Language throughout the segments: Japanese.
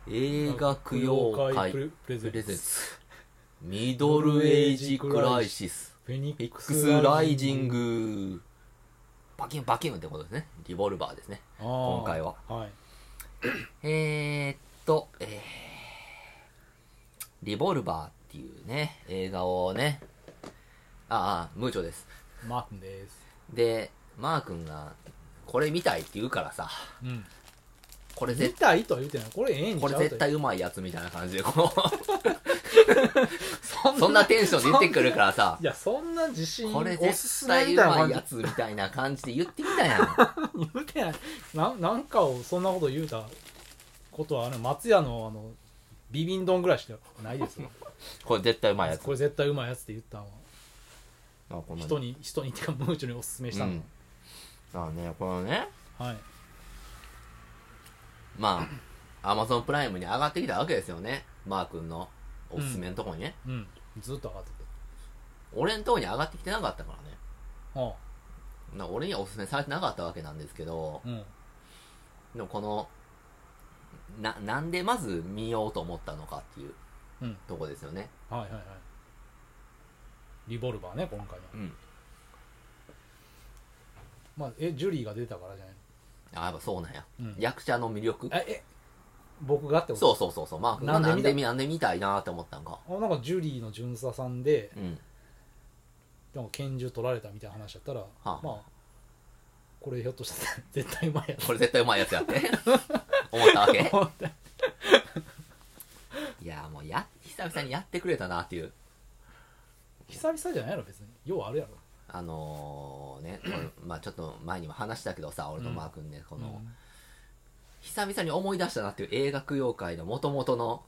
映画供養会プレゼンツミドルエイジクライシスフェニックスライジングバキュンバキュンってことですね。リボルバーですね今回は。 はい、 リボルバーっていうね映画をね、ムーチョです。 マー君です。 でマー君がこれ見たいって言うからさ、 うん、 これ見たいとは言うてない。これええんちゃう。 これ絶対うまいやつみたいな感じでこうそんなテンションで言ってくるからさ、 いやそんな自信これ絶対うまいやつみたいな感じで言ってみたやん言うてない。なんかをそんなこと言うたことは松屋のビビン丼ぐらいしかないですよこれ絶対うまいやつ、 これ絶対うまいやつって言ったのはこの人にっていうかムーチョにおすすめしたの、 このね、 はい、 まあアマゾンプライムに上がってきたわけですよね、マー君のおすすめのとこにね、 ずっと上がってて、 俺のとこに上がってきてなかったからね、 は俺にはおすすめされてなかったわけなんですけど、でもこのなんでまず見ようと思ったのかっていうとこですよね、 はいはいはい。リボルバーね今回の、まあジュリーが出たからじゃないの。 やっぱそうなんや、役者の魅力、 僕がってこと。 そうマー君がなんで見たいなって思ったんか。 なんかジュリーの巡査さんで、 でも拳銃取られたみたいな話だったら、まあこれひょっとしたら絶対うまいやつ、 これ絶対うまいやつやって思ったわけいやもう久々にやってくれたなっていう。 久々じゃないやろ別に、ようあるやろ。 これちょっと前にも話したけどさ、俺とマー君ね、この久々に思い出したなっていう映画供養会の元々の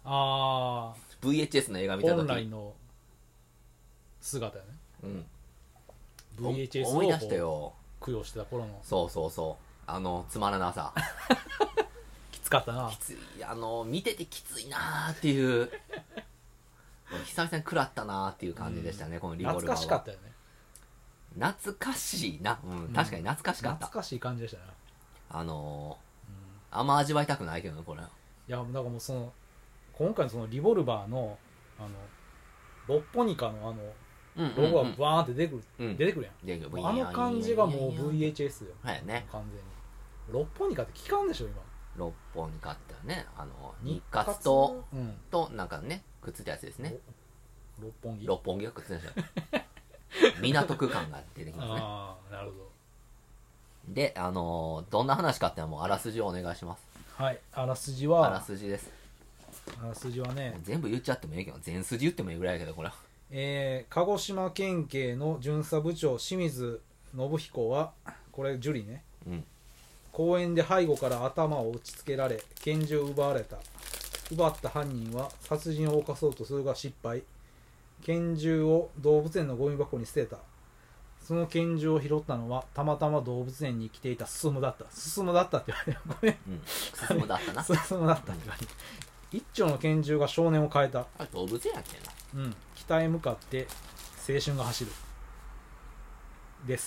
VHS の映画見た時、 本来の姿やね。VHS を思い出したよ、 供養してた頃の。 そうつまらなさきつかったな。 きつい、見ててきついなーっていう久々に食らったなーっていう感じでしたね、このリボルバーは。 懐かしかったよね。 懐かしいな、確かに懐かしかった。 懐かしい感じでしたね。 あんま味わいたくないけどねこれ。いやだからもう今回のそのリボルバーのロッポニカのロゴがバーンって出てくるやん。感じがもう VHS よ、 はいね、 完全に。ロッポニカって聞かんでしょ今。 ロッポニカってね、日活となんかねくっついたやつですね。 六本木がくっついたやつ港区感が出てきますね。 なるほど。 でどんな話かっていうのはもうあらすじをお願いします。 はい、あらすじです。あらすじはね、 全部言っちゃってもいいけど、全筋言ってもいいぐらいやけどこれは。 鹿児島県警の巡査部長清水信彦は、これジュリーね、公園で背後から頭を打ちつけられ拳銃を奪った犯人は殺人を犯そうとするが失敗。拳銃を動物園のゴミ箱に捨てた。その拳銃を拾ったのはたまたま動物園に来ていた進だった。進だったって言われて、 進だったな。 進だったって言われて、一丁の拳銃が少年を変えた。 動物園やっけな。 北へ向かって青春が走るです、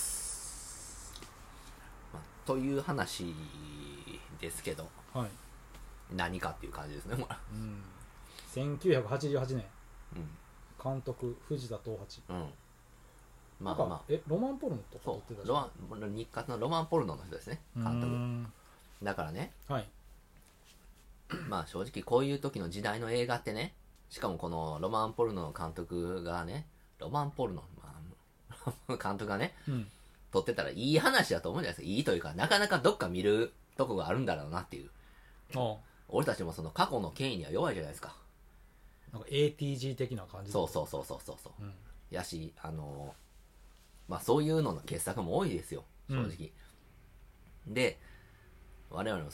という話ですけど、何かっていう感じですねこれ。 1988年、監督藤田東八。ロマンポルノとか撮ってたじゃん。 日活のロマンポルノの人ですね、監督だからね。正直こういう時の時代の映画ってね、しかもこのロマンポルノの監督がね、監督がね、撮ってたらいい話だと思うんじゃないですか。いいというか、なかなかどっか見るとこがあるんだろうなっていう。俺たちもその過去の権威には弱いじゃないですか。 なんか ATG 的な感じ。 そう、やしそういうのの傑作も多いですよ正直、で我々も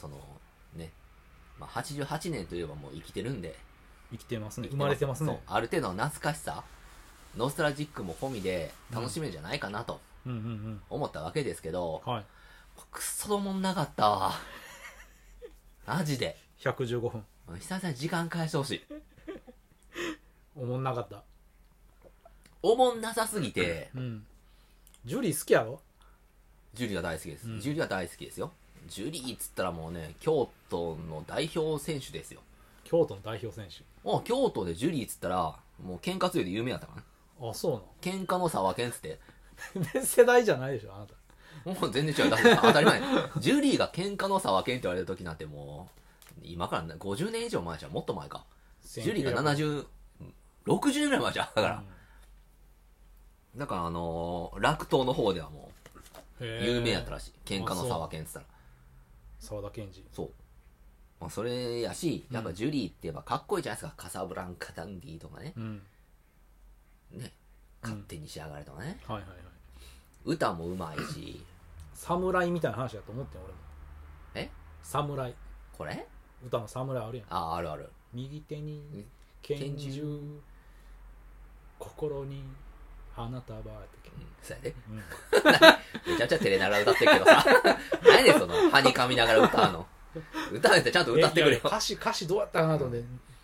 88年といえばもう生きてるんで、 生きてますね、生まれてますね。 ある程度の懐かしさ、ノストラジックも込みで楽しめるんじゃないかなと思ったわけですけど、くっそどもんなかったわマジで。 115分久々に時間返してほしい。 おもんなかった。 おもんなさすぎて、 ジュリー好きやろ。 ジュリーは大好きです、ジュリーは大好きですよ。ジュリーっつったらもうね、京都の代表選手ですよ。 京都の代表選手。 京都でジュリーっつったらもう喧嘩強いで有名やったからね。 あ、そうなの。 喧嘩の沢健っつって世代じゃないでしょあなた。 もう全然違う。だって当たり前。ジュリーが喧嘩の沢健って言われる時なんてもう今から50年以上前じゃん。もっと前か。ジュリーが70、60年ぐらい前じゃん。だから、だから楽東の方ではもう有名やったらしい。喧嘩の沢健って言ったら沢田研二。 そう、まあ、それやし、やっぱジュリーって言えばかっこいいじゃないですか。カサブランカダンディとかね、ね、勝手に仕上がれとかね、 はいはいはい。 歌もうまいし、 侍みたいな話だと思ってん俺も。 え、 侍。 これ歌の侍あるやん。 あるある。 右手に拳銃、心に花束って。 そうやで、めちゃくちゃ照れながら歌ってるけどさ何やねんそのはにかみながら歌うの。歌うってちゃんと歌ってくれよ。 歌詞どうやったかなと思って、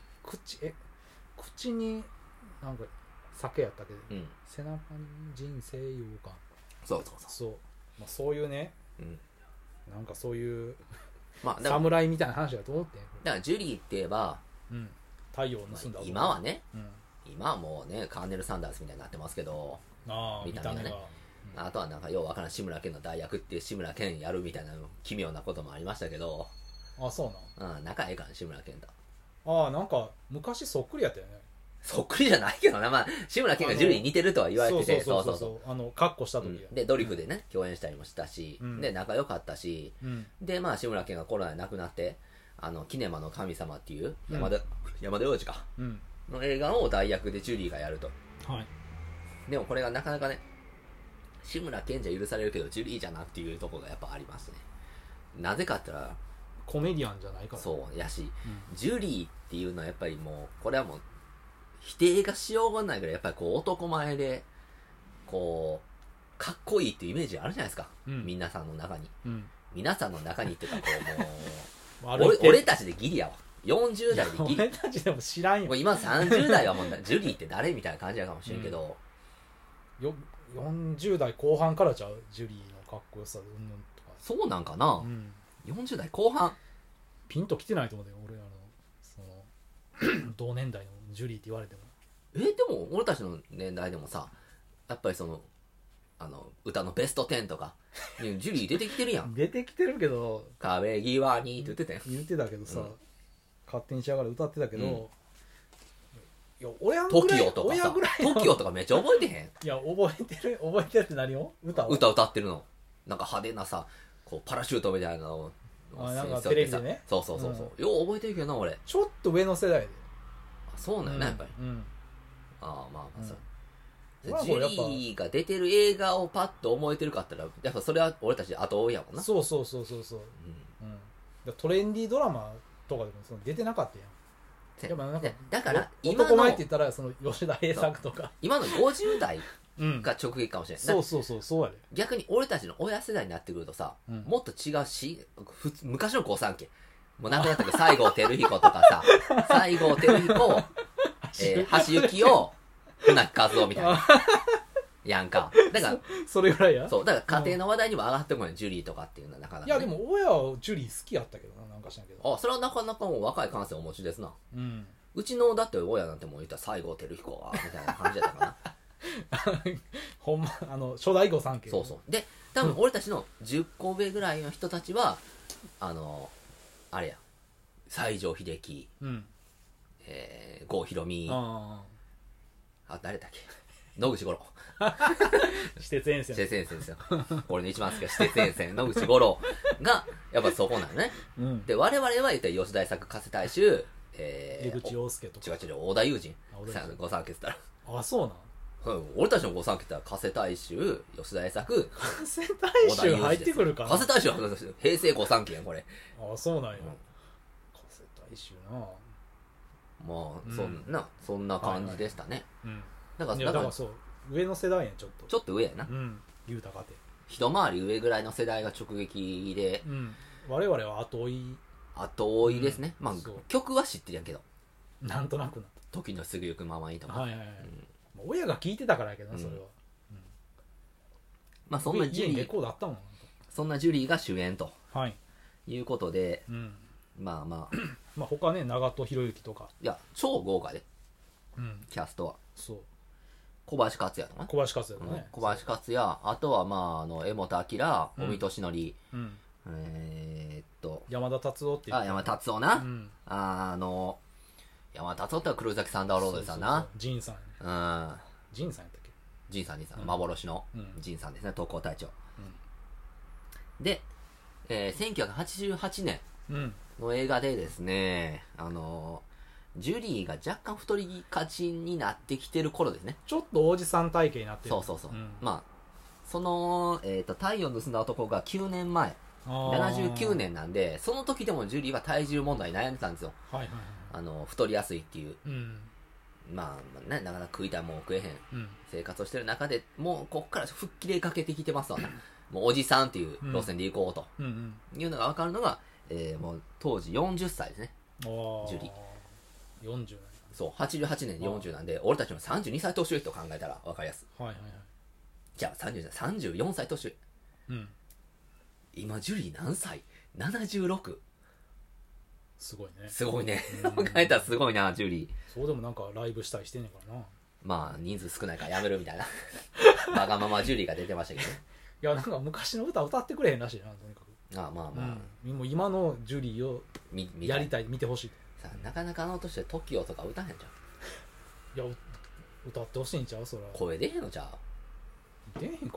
口になんか酒やったけど、背中に人生ようか。 そう、 まあ、そういうね、なんかそういうまあ侍みたいな話だと思ってん。 だからジュリーって言えば、 太陽を盗んだ、 今はね、今はもうねカーネル・サンダースみたいになってますけど、見た目がね、あとはなんかようわからん志村けんの代役っていう志村けんやるみたいな奇妙なこともありましたけど。 あ、そうなん。 仲ええから志村けんだ。 なんか昔そっくりやったよね。 そっくりじゃないけどな。まあ志村けんがジュリーに似てるとは言われてて、 そうカッコした時、 でドリフでね共演したりもしたし、で仲良かったし、でまあ志村けんがコロナで亡くなって、キネマの神様っていう山田洋次か、の映画を代役でジュリーがやると。でもこれがなかなかね、志村けんじゃ許されるけどジュリーじゃなっていうところがやっぱありますね。なぜかって言ったらコメディアンじゃないから、 そうやし、ジュリーっていうのはやっぱりもうこれはもう否定がしようがないぐらいやっぱりこう男前でこうかっこいいっていうイメージあるじゃないですか、皆さんの中に、皆さんの中にっていうかこうもう俺たちでギリやわ。40代でギリ。 俺たちでも知らんよ。 もう今30代はもうジュリーって誰みたいな感じやかもしれんけど、 40代後半からちゃうジュリーのかっこよさうんぬんとか。 そうなんかな、40代後半ピンときてないと思うよ俺その同年代のジュリーって言われても。 でも俺たちの年代でもさ、やっぱりその歌のベスト10とかジュリー出てきてるやん。 出てきてるけど壁際にって言ってたやん。 言ってたけどさ、勝手にしやがる歌ってたけど、いや親ぐらい TOKIO とかさ TOKIO とかめっちゃ覚えてへん。 いや覚えてるって何を歌歌ってるのなんか派手なさ、こうパラシュートみたいなのなんかテレビでね。 そう、よう覚えてるけどな俺。 ちょっと上の世代で。 そうなんやな、やっぱり。まあそう。ジやュリーが出てる映画をパッと覚えてるかって言ったらやっぱそれは俺たち後追いやもんな。 そう、トレンディードラマとかでもその出てなかったやん。でもなんかだから男前って言ったらその吉田栄作とか今の50代が直撃かもしれない、 そうやで。 逆に俺たちの親世代になってくるとさ、もっと違うし、昔の御三家もう亡くなったけど西郷輝彦とかさ西郷輝彦、橋幸夫、船木和夫みたいなやんか。だからそれぐらいや。 そうだから家庭の話題にも上がってこない、ジュリーとかっていうのはなかなか、ね、 いやでも親はジュリー好きやったけどなんかしないけど。 それはなかなかもう若い感性をお持ちですな。うちのだって親なんてもう言ったら西郷輝彦はみたいな感じだったかなほんま初代御三家。 そうで多分俺たちの10個上ぐらいの人たちはあれや西城秀樹、郷ひろみ、誰だっけ、野口五郎私鉄沿線ですよ俺の一番好きな私鉄沿線野口五郎がやっぱそこなのね、で我々は言ったら吉田栄作加瀬大衆、 江口洋介とか違う織田裕二御三家って言ったらそうなん俺たちの御三家って言ったら加瀬大衆、吉田栄作、 加瀬大衆入ってくるかな。 加瀬大衆は平成御三家やんこれ。 そうなんや、加瀬大衆な。 まあそんな感じでしたね。 だからそう上の世代やん。ちょっと上やな。 言うたかて一回り上ぐらいの世代が直撃で、 我々は後追いですね。まあ曲は知ってるやんけど、 なんとなくな時の過ぎゆくままにとか、 親が聞いてたからやけどな、それは。 まあそんなジュリー、 レコードあったもん。 そんなジュリーが主演ということで、 まあまあまあ他ね、長門博之とか、 いや超豪華でうん、 キャストはそう、 小林克也とかね、 小林克也とかね、 小林克也、あとはまあ柄本明、 うん尾身俊則、 うん、山田達郎っていう、 山田達夫な、 うん、 山田達夫っては黒崎サンダーロードでさな、 仁さん、 うん仁さんやったっけ、 仁さん、 うん幻のうん仁さんですね、特攻隊長、で、1988年うんの映画でですね、ジュリーが若干太りがちになってきてる頃ですね。 ちょっとおじさん体型になってる。 そうそうそう。 ん、 まあ、その、太陽を盗んだ男が9年前、79年なんで、その時でもジュリーは体重問題に悩んでたんですよ。 はいはいはい。 太りやすいっていう。 うん。 まあ、ね、なかなか食いたいもん食えへん、 うん、 生活をしてる中で、もうこっから吹っ切れかけてきてますわな。もうおじさんっていう路線で行こうと。いうのが分かるのが、もう当時40歳ですね。ジュリー。 40年。 そう、88年40なんで、俺たちの32歳年上と考えたら分かりやすい。 はいはいはい。 じゃあ34歳年上。 うん。 今、ジュリー何歳 ?76。 すごいね。 すごいね。考えたらすごいな、ジュリー。 そうでもなんかライブしたりしてんねんからな。 まあ、人数少ないからやめるみたいな。わがままジュリーが出てましたけどね。 いや、なんか昔の歌歌ってくれへんらしいな、とにかく。 ああまあまあ。 もう今のジュリーをやりたい、見てほしい。 さあなかなかあの年で TOKIO とか歌へんじゃん。いや、歌ってほしいんちゃうそれは。 声出へんのちゃう出へんかな。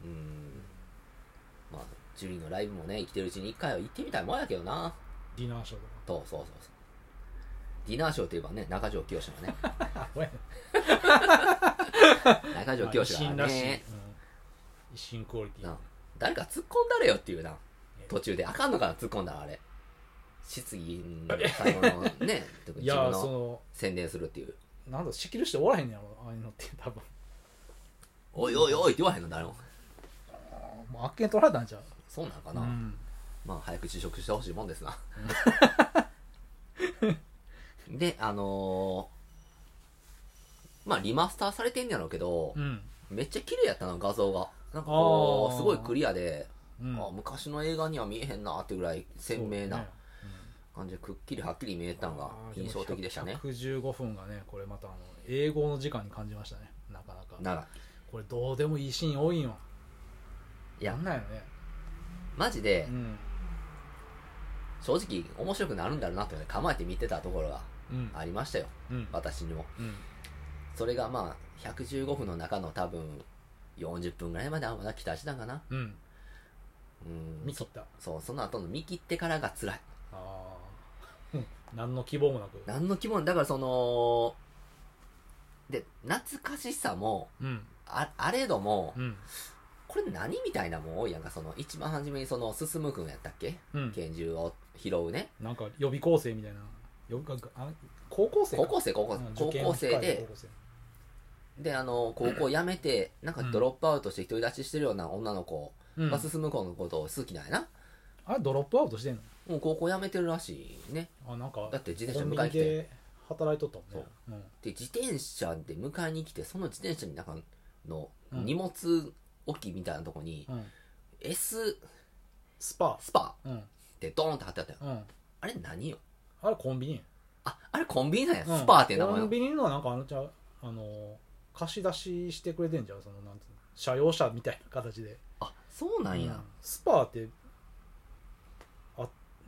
まあ、ジュリーのライブもね、生きてるうちに一回は行ってみたいもんやけどな。 ディナーショーとか。 そう。ディナーショーといえばね、中条きよしのね。中条きよしがね、 一新クオリティ。 誰か突っ込んだれよっていうな。途中であかんのかな、突っ込んだらあれ。質疑最後のね、自分の宣伝するっていう。 なんだ、仕切る人おらへんねやろ、ああいうのって多分。 おいおいおいって言わへんの、誰も。 もうあっけん取られたんちゃう。 そうなんかな。まあ、早く辞職してほしいもんですな。で、まあ、リマスターされてんやろうけど、めっちゃ綺麗やったな、画像が。なんかこう、すごいクリアで、昔の映画には見えへんなってぐらい鮮明な感じで、くっきりはっきり見えたのが印象的でしたね。 115分がね、これまた英語の時間に感じましたね、なかなか。 長い。 これどうでもいいシーン多いんよ。 いや、 なんなんやろね。 マジで、正直面白くなるんだろうなって構えて見てたところがありましたよ、私にも、それがまあ115分の中の多分40分ぐらいまではまだ期待してたんかな。 見切った。 そう、その後の見切ってからが辛い。 何の希望もなく。 何の希望もだからそので懐かしさも、あれども、これ何みたいなもん多いやんか。その一番初めにその進くんやったっけ、拳銃を拾うね、 なんか予備校生みたいな、高校生で高校辞めてなんかドロップアウトして独り立ちしてるような女の子が進む子のことを好きなんやな。 あれドロップアウトしてんの？ もう高校辞めてるらしいね。 なんかだって自転車迎えに来て働いとったもんね。 で自転車で迎えに来て、その自転車の中の荷物置きみたいなとこに、S スパってドーンって貼ってあったよ。あれ何よ？ あれコンビニ。 あれコンビニなんや。スパーって名前のコンビニのなんか貸し出ししてくれてんじゃん、そのなんていうの、車用車みたいな形で。 あ、そうなんや。 スパーってあ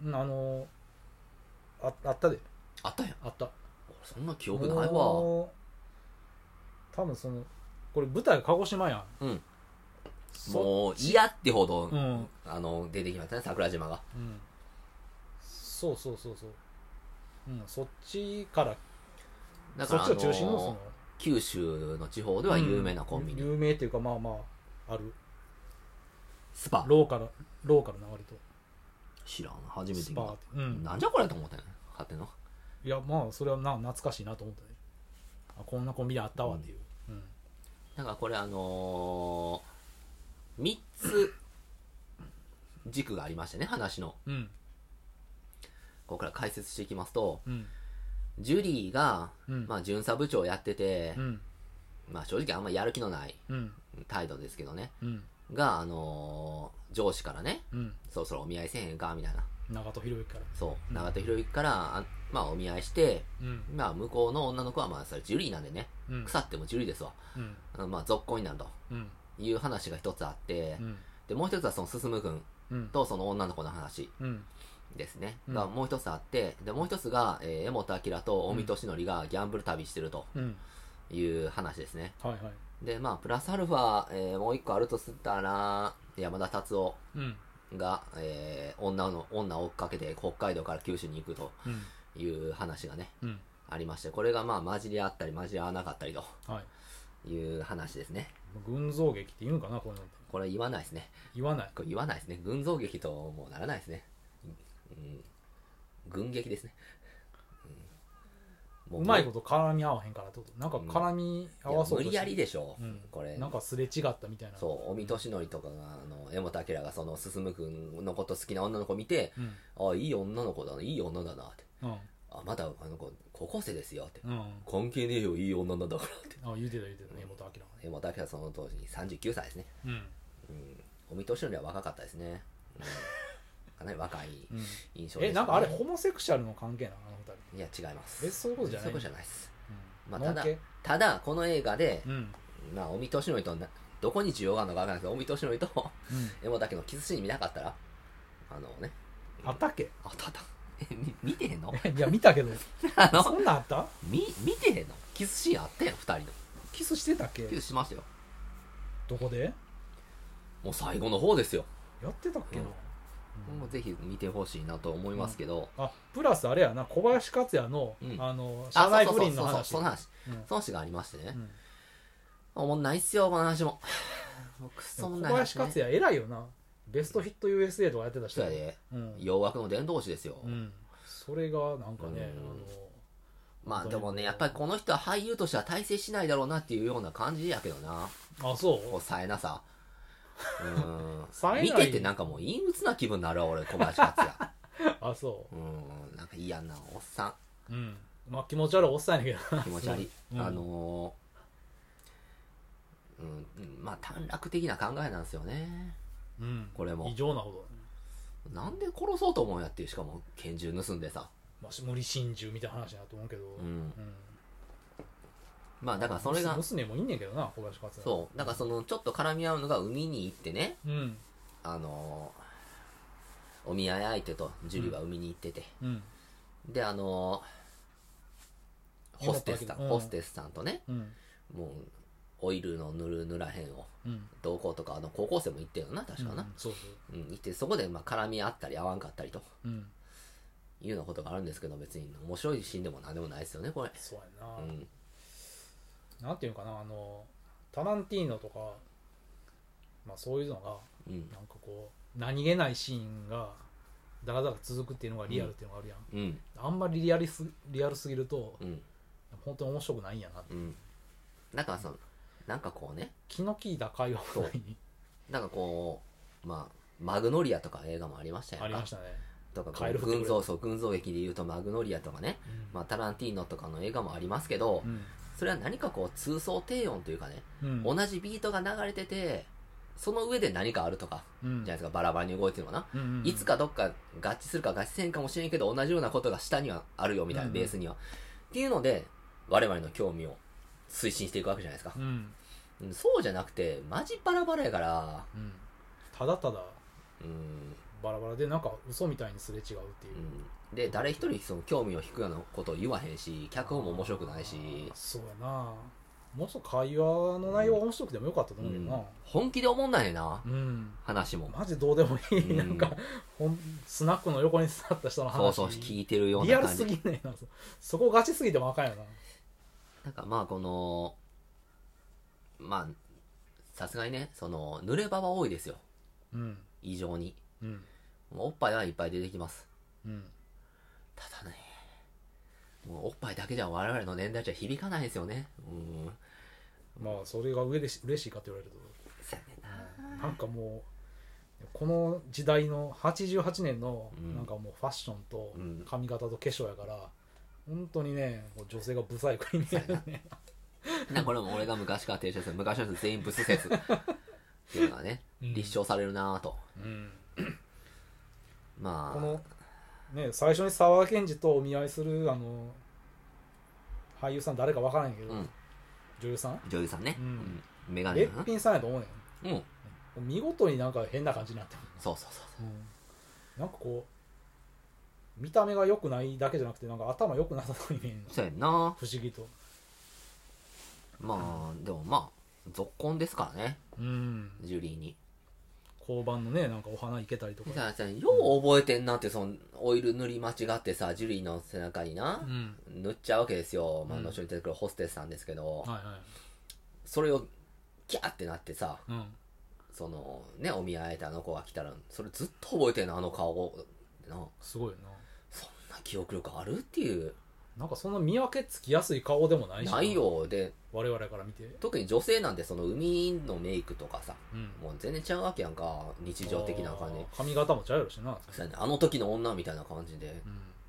ったで。 あったやん。 あった。 そんな記憶ないわ。 多分これ舞台が鹿児島やん。もう嫌ってほど、出てきましたね、桜島が。 そう。そっちからだからそっちを中心の九州の地方では有名なコンビニ、 有名っていうか、まあまああるスパローカルな割と知らん、初めて見た。 なんじゃこれと思ったよね、勝手の。 いや、まあそれは懐かしいなと思ったね。こんなコンビニあったわっていう。 だからこれ3つ軸がありましてね、話の。ここから解説していきますと、ジュリーが、まあ、巡査部長をやってて、まあ、正直あんまやる気のない態度ですけどね、が、上司からね、そろそろお見合いせえへんかみたいな長門博之からそう長門博之からまあお見合いして、まあ向こうの女の子はまあそれジュリーなんでね、腐ってもジュリーですわ、まあ続行になるという話が一つあって、でもう一つはその進君とその女の子の話ですね、がもう一つあって、でもう一つが柄本明と近江利則がギャンブル旅してるという話ですね、でまあプラスアルファ、もう一個あるとすったら山田達夫が、女を追っかけて北海道から九州に行くという話がね、ありまして、これがまあ混じり合ったり混じり合わなかったりという話ですね。 群像劇って言うんかな、 これ言わないですね。 言わない。 これ言わないですね。群像劇ともうならないですね。群劇ですね。 うまいこと絡み合わへんからってこと、なんか絡み合わそうとして、 無理やりでしょ、これなんかすれ違ったみたいな。 そう近江利則とかが柄本明がその進君のこと好きな女の子見て、あいい女の子だな、いい女だなって、あまだあの子高校生ですよって、関係ねえよいい女なんだからって、 言うてた柄本明柄本明はその当時39歳ですね。近江利則は若かったですね。かなり若い印象でしたね。 なんかあれホモセクシャルの関係なの、あの二人。いや違います。 そういうことじゃない。 そういうことじゃないです。まあただこの映画で、まあ近江利則とどこに需要があるのかわからないですけど、近江利則と柄本明のキスシーン見なかったらね。 あったっけ？ あった。見てへんの？ いや見たけど。そんなんあった？ 見てへんの？キスシーンあったやん、2人の。 キスしてたっけ？ キスしましたよ。 どこで？ もう最後の方ですよ。 やってたっけな。 もうぜひ見てほしいなと思いますけど、 プラスあれやな、小林克也の、社内不倫の話、 その話がありましてね、おもんないっすよこの話も。くそもんない話、 小林克也偉いよな。ベストヒット USA とかやってた人で、洋楽の伝道師ですよ、 それがなんかね、 まあでもね、やっぱりこの人は俳優としては大成しないだろうなっていうような感じやけどな。 そうさえなさ見ててなんかもう陰鬱な気分になるわ俺、小林克也。 そうなんか嫌なおっさん。まあ気持ち悪いおっさんやけど気持ち悪い。まあ短絡的な考えなんですよね。これも異常なほどなんで殺そうと思うんやっていう、しかも拳銃盗んでさ、 無理心中みたいな話だと思うけど、 まあだからそれが娘もいんねんけどな、小林克也。 そうだからそのちょっと絡み合うのが海に行ってね、お見合い相手とジュリが海に行ってて、でホステスさんとね、もうオイルの塗らへんをどうこうとか、高校生も行ってるのな確かな、行ってそこでまあ絡み合ったり合わんかったりというようなことがあるんですけど、別に面白いシーンでもなんでもないですよねこれ。 そうやな、なんていうかな、タランティーノとか、まあ、そういうのが、なんかこう何気ないシーンがだらだら続くっていうのがリアルっていうのがあるやん、あんまりリアルすぎると、本当に面白くないんやなって、 なんかこうね、 気の利いた会話みたいに、 なんかこう、まあマグノリアとか映画もありましたよね。ありましたね。 とか群像劇でいうとマグノリアとかね、まあ、タランティーノとかの映画もありますけど、それは何かこう通奏低音というかね、同じビートが流れててその上で何かあるとか、じゃないですか、バラバラに動いてるのかな、いつかどっか合致するか合致せんかもしれんけど同じようなことが下にはあるよみたいな、ベースにはっていうので我々の興味を推進していくわけじゃないですか、そうじゃなくてマジバラバラやから、 ただただ、バラバラでなんか嘘みたいにすれ違うっていう、 で誰一人その興味を引くようなことを言わへんし、脚本も面白くないし、 そうやな、もうちょっと会話の内容が面白くてもよかったと思うけどな、 本気で思んないな、話もマジどうでもいい、なんかスナックの横に座った人の話、 そう聞いてるようなリアルすぎねえな、そこガチすぎてもあかんよな。 なんかまあこのまあさすがにね、その濡れ場は多いですよ、異常に、おっぱいはいっぱい出てきます、ただね、もうおっぱいだけじゃ我々の年代じゃ響かないですよね。 まあそれが嬉しいかって言われると、 そうやねんな。 なんかもうこの時代の88年のなんかもうファッションと髪型と化粧やから、本当にね女性がブサイクに見えるね。 これも俺が昔から提唱する昔の人全員ブス説っていうのがね、立証されるなぁと。まあこのね、最初に沢田研二とお見合いする俳優さん誰か分からんけど、女優さんね、メガネべっぴんさんやと思うねん、 見事になんか変な感じになってる。 そう、 なんかこう見た目が良くないだけじゃなくてなんか頭良くなさそうに見えるの。 そうやんな、 不思議と。 まあでもまあぞっこんですからね、ジュリーに交番のねなんかお花いけたりとか、 よう覚えてんなって、そのオイル塗り間違ってさジュリーの背中にな、塗っちゃうわけですよ、まあ、後に出てくるホステスさんですけど、それをキャーってなってさ、そのねお見合いであの子が来たらそれずっと覚えてんの、あの顔をな。 すごいな、 そんな記憶力あるっていう。 なんかそんな見分けつきやすい顔でもないしないよ。で我々から見て特に女性なんてその海のメイクとかさ、もう全然違うわけやんか、日常的な感じ。 髪型もちゃうやろしな、 そうやね、あの時の女みたいな感じで、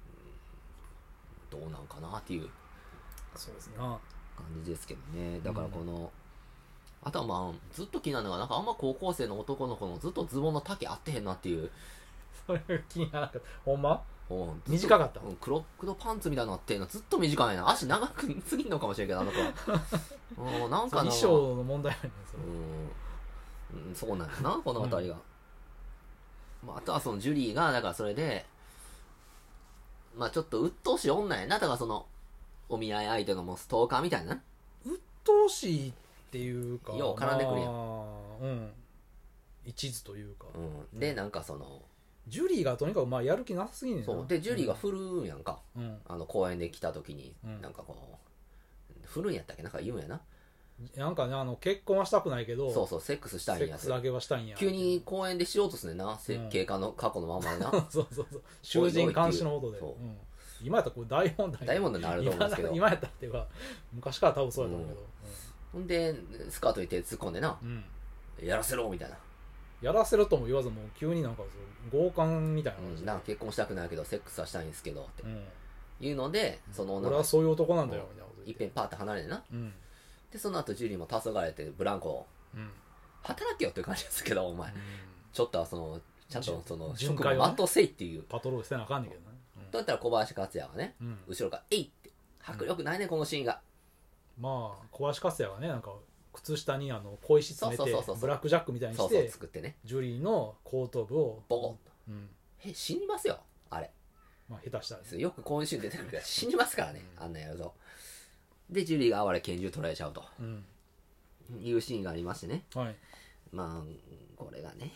どうなんかなっていうそうですな感じですけどね。だからこの、あとはまあずっと気になるのがなんかあんま高校生の男の子のずっとズボンの丈合ってへんなっていう。 それが気にならなかった。ほんま短かった。 クロックドパンツみたいになってんのずっと短いな。足長くすぎんのかもしれんけど、あの子はなんかな、 衣装の問題やねんそれ。 そうなんやなこの辺りが、あとはそのジュリーがだからそれでまあちょっと鬱陶しい女やな。だからそのお見合い相手のもうストーカーみたいな。 鬱陶しいっていうかよう絡んでくるやん、 一途というか、 でなんかそのジュリーがとにかくまあやる気なさすぎんねんな。 そうでジュリーが振るんやんか、あの公園で来た時に、なんかこう振るんやったっけ、なんか言うんやな。 なんかね結婚はしたくないけど、 そうセックスしたいんや。 セックスだけはしたいんや。 急に公園でしようとすんねんな、警官の過去のままでなそう囚人監視のもとで。今やったらこれ大問題になると思うんですけど、 今やったらっていうか昔から多分そうやと思うけど、 ほんでスカートに手突っ込んでな、やらせろみたいな。 やらせろとも言わずもう急になんか強姦みたいな感じで、 なんか結婚したくないけどセックスはしたいんですけどっていうので、その俺はそういう男なんだよみたいなこといっぺんパーって離れてな、でその後ジュリーも黄昏れてブランコを、働けよっていう感じですけど、お前ちょっとはそのちゃんとその職務全うせいっていう、 パトロールしてなあかんねんけどね。 だったら小林克也がね、後ろから「えい!」って迫力ないね、このシーンが。 まあ小林克也がねなんか靴下に小石詰めてブラックジャックみたいにして作ってね、 ジュリーの後頭部をボコッと、死にますよあれ。 まあ下手したらよくこういうシーン出てくるから死にますからね、あんなやると。でジュリーが哀れ拳銃取られちゃうと、いうシーンがありましてね、まあこれがね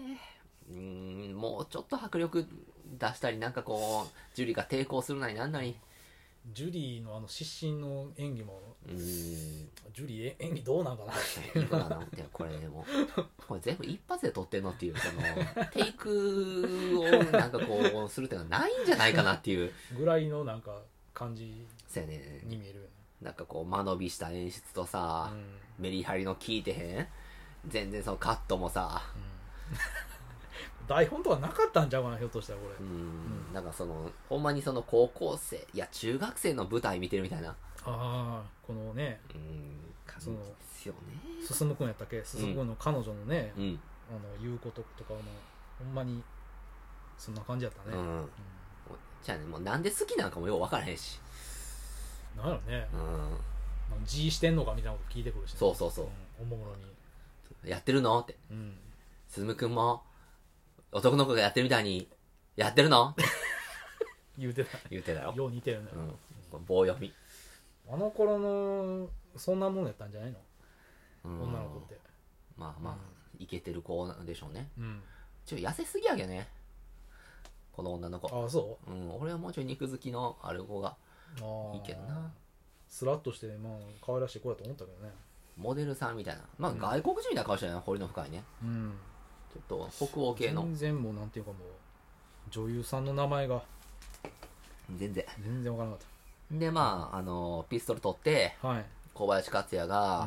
もうちょっと迫力出したり、なんかこうジュリーが抵抗するなりなんなり。 ジュリーの失神の演技もジュリー演技どうなんかなっていうこれでもこれ全部一発で撮ってんのっていう、そのテイクをなんかこうするっていうのはないんじゃないかなっていうぐらいのなんか感じに見えるよね。 なんかこう間延びした演出とさ、メリハリの効いてへん全然そのカットもさ、 台本とかなかったんちゃうかなひょっとしたらこれ。 なんかそのほんまにその高校生いや中学生の舞台見てるみたいな、 このね感じですよね。 進くんやったっけ、進くんの彼女のね、言うこととかもほんまにそんな感じやったね。 じゃあね、もうなんで好きなんかもよう分からへんし、 なんやろね、G してんのかみたいなこと聞いてくるし、 そうおもむろにやってるのって、進くんも男の子がやってるみたいにやってるの言うてたよ。 よう似てるね、 棒読み。 あの頃のそんなもんやったんじゃないの、女の子って。 まあイケてる子なんでしょうね。ちょっと痩せすぎやけねこの女の子。 あ、そう。 俺はもうちょい肉好きのある子がいいけどな。 スラッとしてまあ可愛らしい子だと思ったけどね。 モデルさんみたいな、まあ外国人みたいな顔してるね、彫りの深いね。ちょっと北欧系の。 全然もうなんていうかもう女優さんの名前が全然分からなかった。 でまあピストル取って、小林克也が、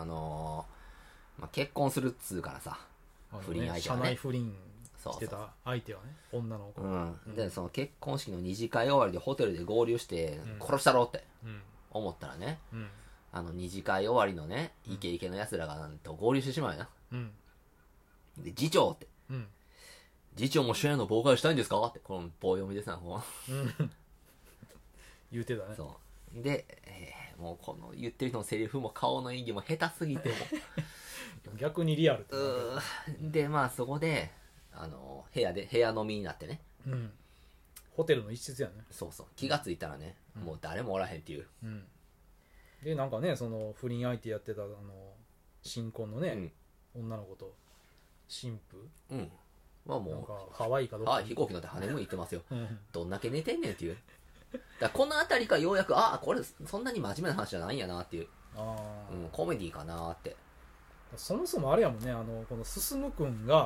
結婚するっつうからさ、不倫相手はね、 社内不倫してた相手はね、女の子、 でその結婚式の二次会終わりでホテルで合流して、殺したろって思ったらね、二次会終わりのねイケイケのやつらがなんと合流してしまうよな、で次長って、 次長も主演の妨害したいんですかってこの棒読みでさ言うてたね。 そうで、もうこの言ってる人のセリフも顔の演技も下手すぎても逆にリアルってでまあそこで部屋飲みになってね、 ホテルの一室やね。 そうそう気がついたらね、もう誰もおらへんっていう、 でなんかねその不倫相手やってた新婚のね、女の子と新婦まあもうなんかハワイかどっか飛行機乗ってハネムーン行ってますよ、どんだけ寝てんねんっていうだこの辺りからようやくこれそんなに真面目な話じゃないんやなっていう、コメディーかなって。 そもそもあれやもんねこの進君が、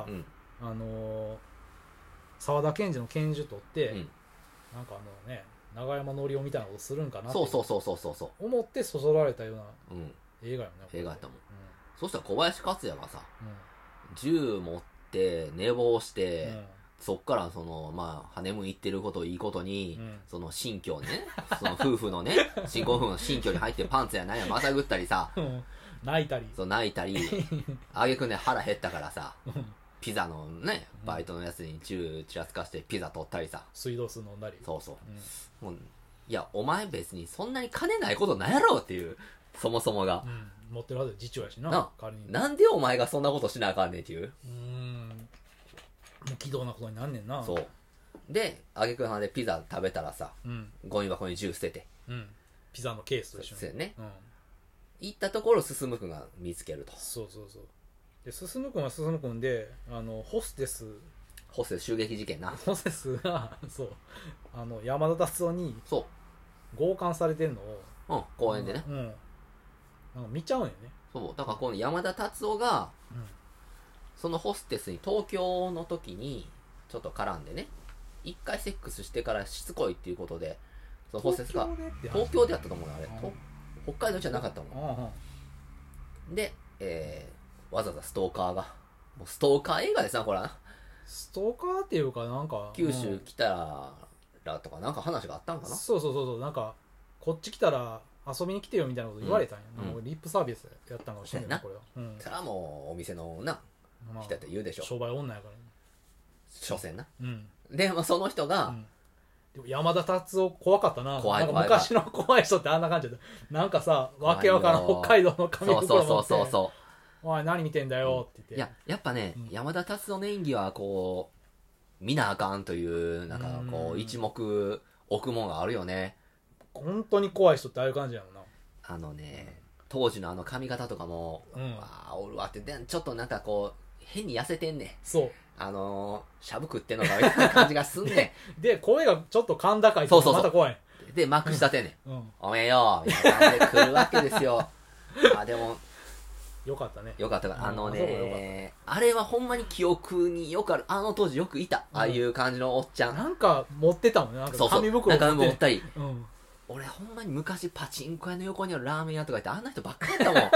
沢田研二の拳銃取って、なんかね長山則夫みたいなことするんかなってそう思ってそそられたような映画よね、 映画やったもん、そしたら小林克也がさ、銃持って寝坊して、そっからハネムーン行ってることをいいことに、その新居ねその夫婦のね新婚夫婦の新居に入ってパンツやなんやまたぐったりさ泣いたりあげくね腹減ったからさピザのねバイトのやつに銃ちらつかしてピザ取ったりさ水道水飲んだりもういやお前別にそんなに金ないことないやろっていうそもそもが、 持ってるはずで次長やしななんでお前がそんなことしなあかんねんっていう無軌道なことになんねんな。 そうで挙句の果てピザ食べたらさ、ゴミ箱に銃捨てて、 ピザのケースと一緒にそうね、行ったところ進君が見つけると。 そうで進君は進君でホステス襲撃事件な。 ホステスがそう山田達夫に強姦されてんのを公園でね、 なんか見ちゃうんよね。 そうだからこの山田達夫が、そのホステスに東京の時にちょっと絡んでね一回セックスしてからしつこいっていうことでそのホステスが東京でやったと思うのあれ、北海道じゃなかったもんで、わざわざストーカーがもうストーカー映画ですなこれは。 ストーカーっていうかなんか九州来たらとかなんか話があったんかな。 そうなんかこっち来たら遊びに来てよみたいなこと言われたんや、リップサービスやったんかもしれないなこれは。 それはもうお店の人やったら言うでしょ、 商売女やからね所詮な、でもその人が、 でも山田達夫怖かったな。 怖いなんか昔の怖い人ってあんな感じでなんかさわけわからん北海道の紙袋持っておい何見てんだよって言って、 やっぱね、山田達夫の演技はこう見なあかんというなんかこう一目置くもんがあるよね。 本当に怖い人ってああいう感じやろな。 当時の髪型とかも、おるわってちょっとなんかこう変に痩せてんねん。 そうしゃぶ食ってんのかみたいな感じがすんねんで声がちょっと甲高いってまた怖い。 でまくしたてんねん、おめえよみたいな感じで来るわけですよでもよかったね。 よかったからあれはほんまに記憶によくある。当時よくいたああいう感じのおっちゃん、 なんか持ってたもんね。なんか紙袋持ったり、俺ほんまに昔パチンコ屋の横にあるラーメン屋とか行ってあんな人ばっかりやったもん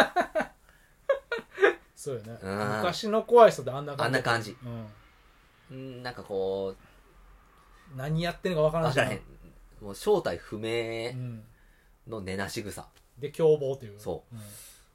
そうよね、昔の怖い人ってあんな感じ、なんかこう何やってんのか分からんし、 もう正体不明の寝なし草、 で凶暴っていう。 そう、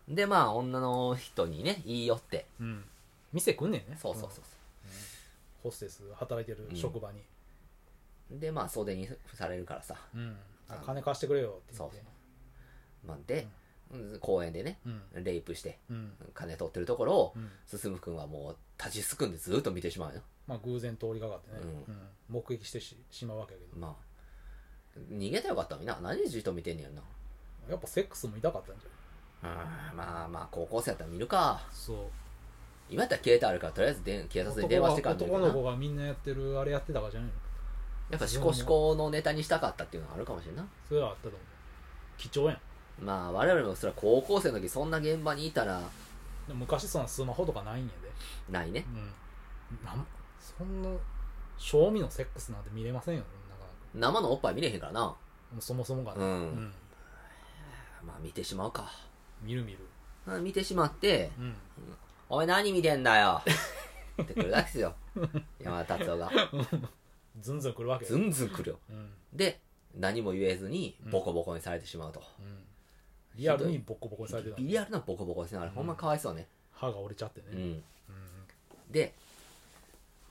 でまあ女の人にね言い寄って、 店来んねんね。 そう、 ホステス働いてる職場に、 でまあ袖にされるからさ、 金貸してくれよって言って、 で公園でね、レイプして、金取ってるところを、進君はもう立ちすくんでずっと見てしまうよ。 偶然通りかかってね、目撃してしまうわけやけど、 逃げたらよかったのにな。何でじっと見てんねやんな。 やっぱセックスも痛かったんじゃん。まあ高校生やったら見るか。 そう、 今やったら携帯あるからとりあえず警察に電話してから男の子がみんなやってるあれやってたからじゃないの。 やっぱシコシコのネタにしたかったっていうのがあるかもしれんな。 それはあったと思う。貴重やん。 我々もそれは高校生の時そんな現場にいたら。 昔そんなスマホとかないんやで。 ないね、 そんな賞味のセックスなんて見れませんよ。 生のおっぱい見れへんからな、 そもそもがね。 見てしまうか。 見る見てしまって、お前何見てんだよってくるわけですよ山田達夫がずんずん来るわけよ。 ずんずん来るよ、で何も言えずにボコボコにされてしまうと、 リアルにボコボコにされてた。 リアルなボコボコですね。あれほんまかわいそうね。 歯が折れちゃってね。 で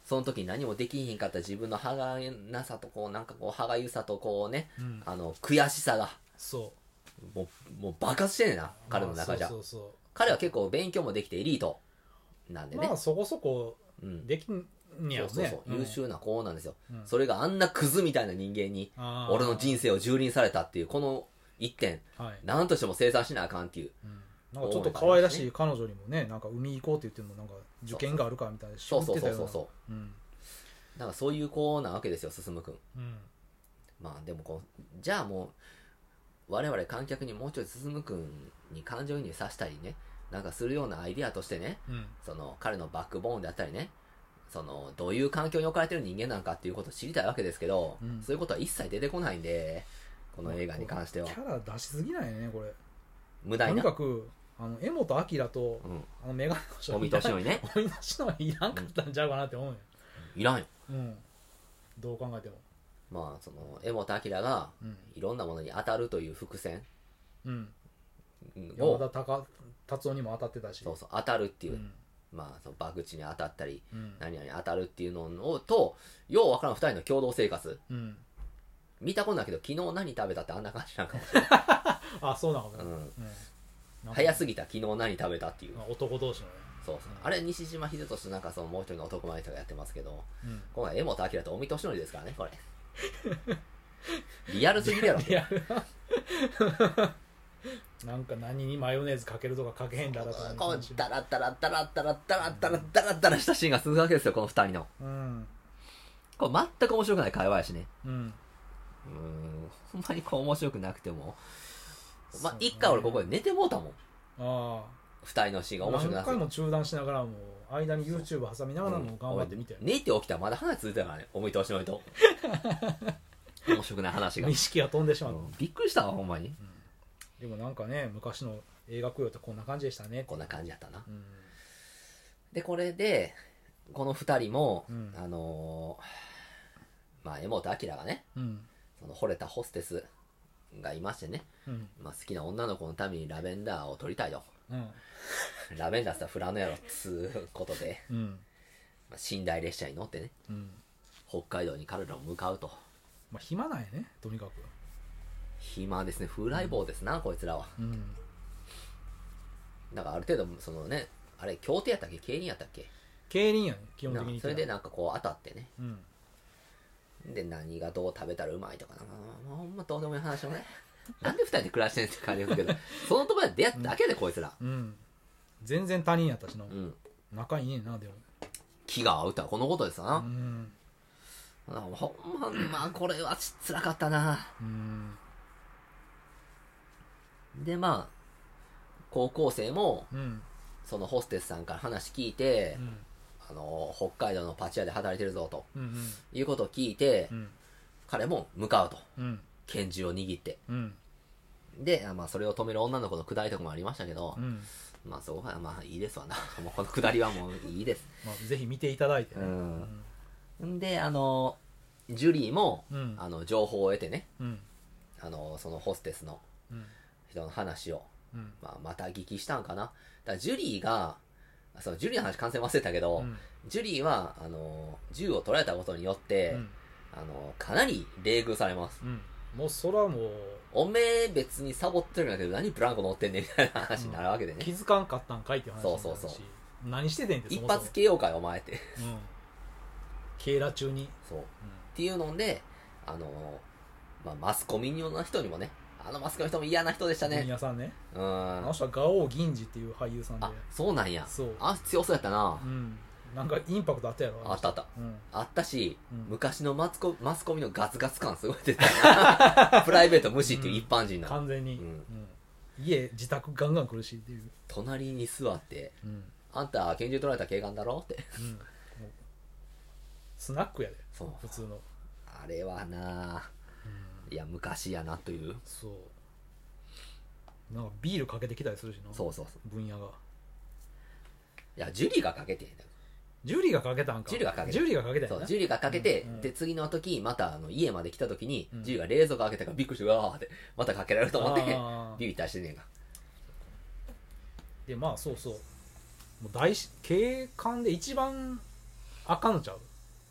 その時に何もできひんかった自分の歯がなさとこうなんかこう歯がゆさとこうね、うん、悔しさがそうもう爆発してんねんな彼の中じゃ、そう彼は結構勉強もできてエリートなんでね、 まあそこそこできんやね、 そう優秀な子なんですよ、うん、それがあんなクズみたいな人間に俺の人生を蹂躙されたっていうこの一点、はい、何としても清算しなあかんっていう、うん、 なんかちょっと可愛らしい彼女にもねなんか海行こうって言ってもなんか受験があるからみたいなそう、うん、なんかそういう子なわけですよ進くん、うん、まあでもこうじゃあもう我々観客にもうちょい進くんに感情移入させたりねなんかするようなアイディアとしてね、うん、その彼のバックボーンであったりねそのどういう環境に置かれてる人間なんかっていうことを知りたいわけですけど、うん、そういうことは一切出てこないんでこの映画に関してはキャラ出しすぎないよねこれ無駄になとにかく柄本明と、うん、メガネの人尾身俊典ね尾身俊典いらんかったんちゃうかなって思うよ、 いらんよ、 うん、どう考えてもまあその柄本明がいろんなものに当たるという伏線、 うん、山田達夫にも当たってたしそう当たるっていう、うん、まあその博打に当たったり、うん、何々に当たるっていうのをとようわからん2人の共同生活、うん、見たことないけど昨日何食べたってあんな感じなんかもしれないあそうなのかな、 早すぎた昨日何食べたっていう男同士のねそうあれ西島秀俊なんかそのもう一人の男前人がやってますけど、今回柄本明と尾身俊典ですからねこれリアルすぎるやろリアルなんか何にマヨネーズかけるとかかけへんだらとかこうダラダラダラダラダラダラダラダラしたシーンが続くわけですよこの二人の、これ全く面白くない会話やしねほんまにこう面白くなくてもまあ一回俺ここで寝てもうたもん二人のシーンが面白くなくて何回も中断しながらも間に YouTube 挟みながらも頑張って見て、 寝て起きたらまだ話続いてたからね思い通しの人面白くない話が意識が飛んでしまう、 びっくりしたわほんまに、 でもなんかね昔の映画供養ってこんな感じでしたねこんな感じやったな、でこれでこの二人も、まあ柄本明がね、その惚れたホステスがいましてね、まあ、好きな女の子のためにラベンダーを取りたいと、ラベンダーってフラノやろっつうことで、まあ、寝台列車に乗ってね、北海道に彼らも向かうと、 まあ、暇ないねとにかく暇ですね風来坊ですな、こいつらは、だからある程度そのねあれ競艇やったっけ競輪やったっけ競輪やね基本的にそれでなんかこう当たってね、で何がどう食べたらうまいとかほんまどうでもいい話をねなんで二人で暮らしてんって感じですけどそのところで出会っただけでこいつら、 全然他人やったしな、仲いいねんなでも気が合うとはこのことですわな、ほんままあこれは辛かったな、でまあ高校生も、そのホステスさんから話聞いて、北海道のパチ屋で働いてるぞと、いうことを聞いて、彼も向かうと、拳銃を握って、で、まあ、それを止める女の子のくだりとかもありましたけど、まあそこはまあいいですわなもうこのくだりはもういいです、 まあ、ぜひ見ていただいてね、 でジュリーも、情報を得てね、そのホステスの人の話を、まあ、また聞きしたんかな。だからジュリーがそのジュリーの話完全忘れたけど、ジュリーは銃を取られたことによって、かなり冷遇されます、 もうそれはもうおめえ別にサボってるんだけど何ブランコ乗ってんねんみたいな話になるわけでね、 気づかんかったんかいっていう話になるし、 そう何しててんって一発消えようかよお前って、 警ら中にそう、っていうのでまあ、マスコミの人にもねマスコミの人も嫌な人でしたね。 本屋さんね。あの人はガオー銀次っていう俳優さんで。 あ、そうなんや。 そう。 強そうやったな。 なんかインパクトあったやろ。 あった。あったし、昔のマスコミのガツガツ感すごい出たな。プライベート無視っていう一般人な。 完全に。自宅ガンガン苦しいっていう。 隣に座って、あんた拳銃取られた警官だろって。 スナックやで。そう。普通の。 あれはないや昔やなという。 そうなんかビールかけてきたりするしな。 そう分野がいやジュリーがかけてジュリーがかけたんか。 ジュリーがかけてジュリーがかけたんやな。 ジュリーがかけて、で次の時また家まで来た時に、ジュリーが冷蔵庫開けたからびっくりしてわーってまたかけられると思ってビビったりしてんねんが。 でまあそうもう警官で一番あかんのちゃう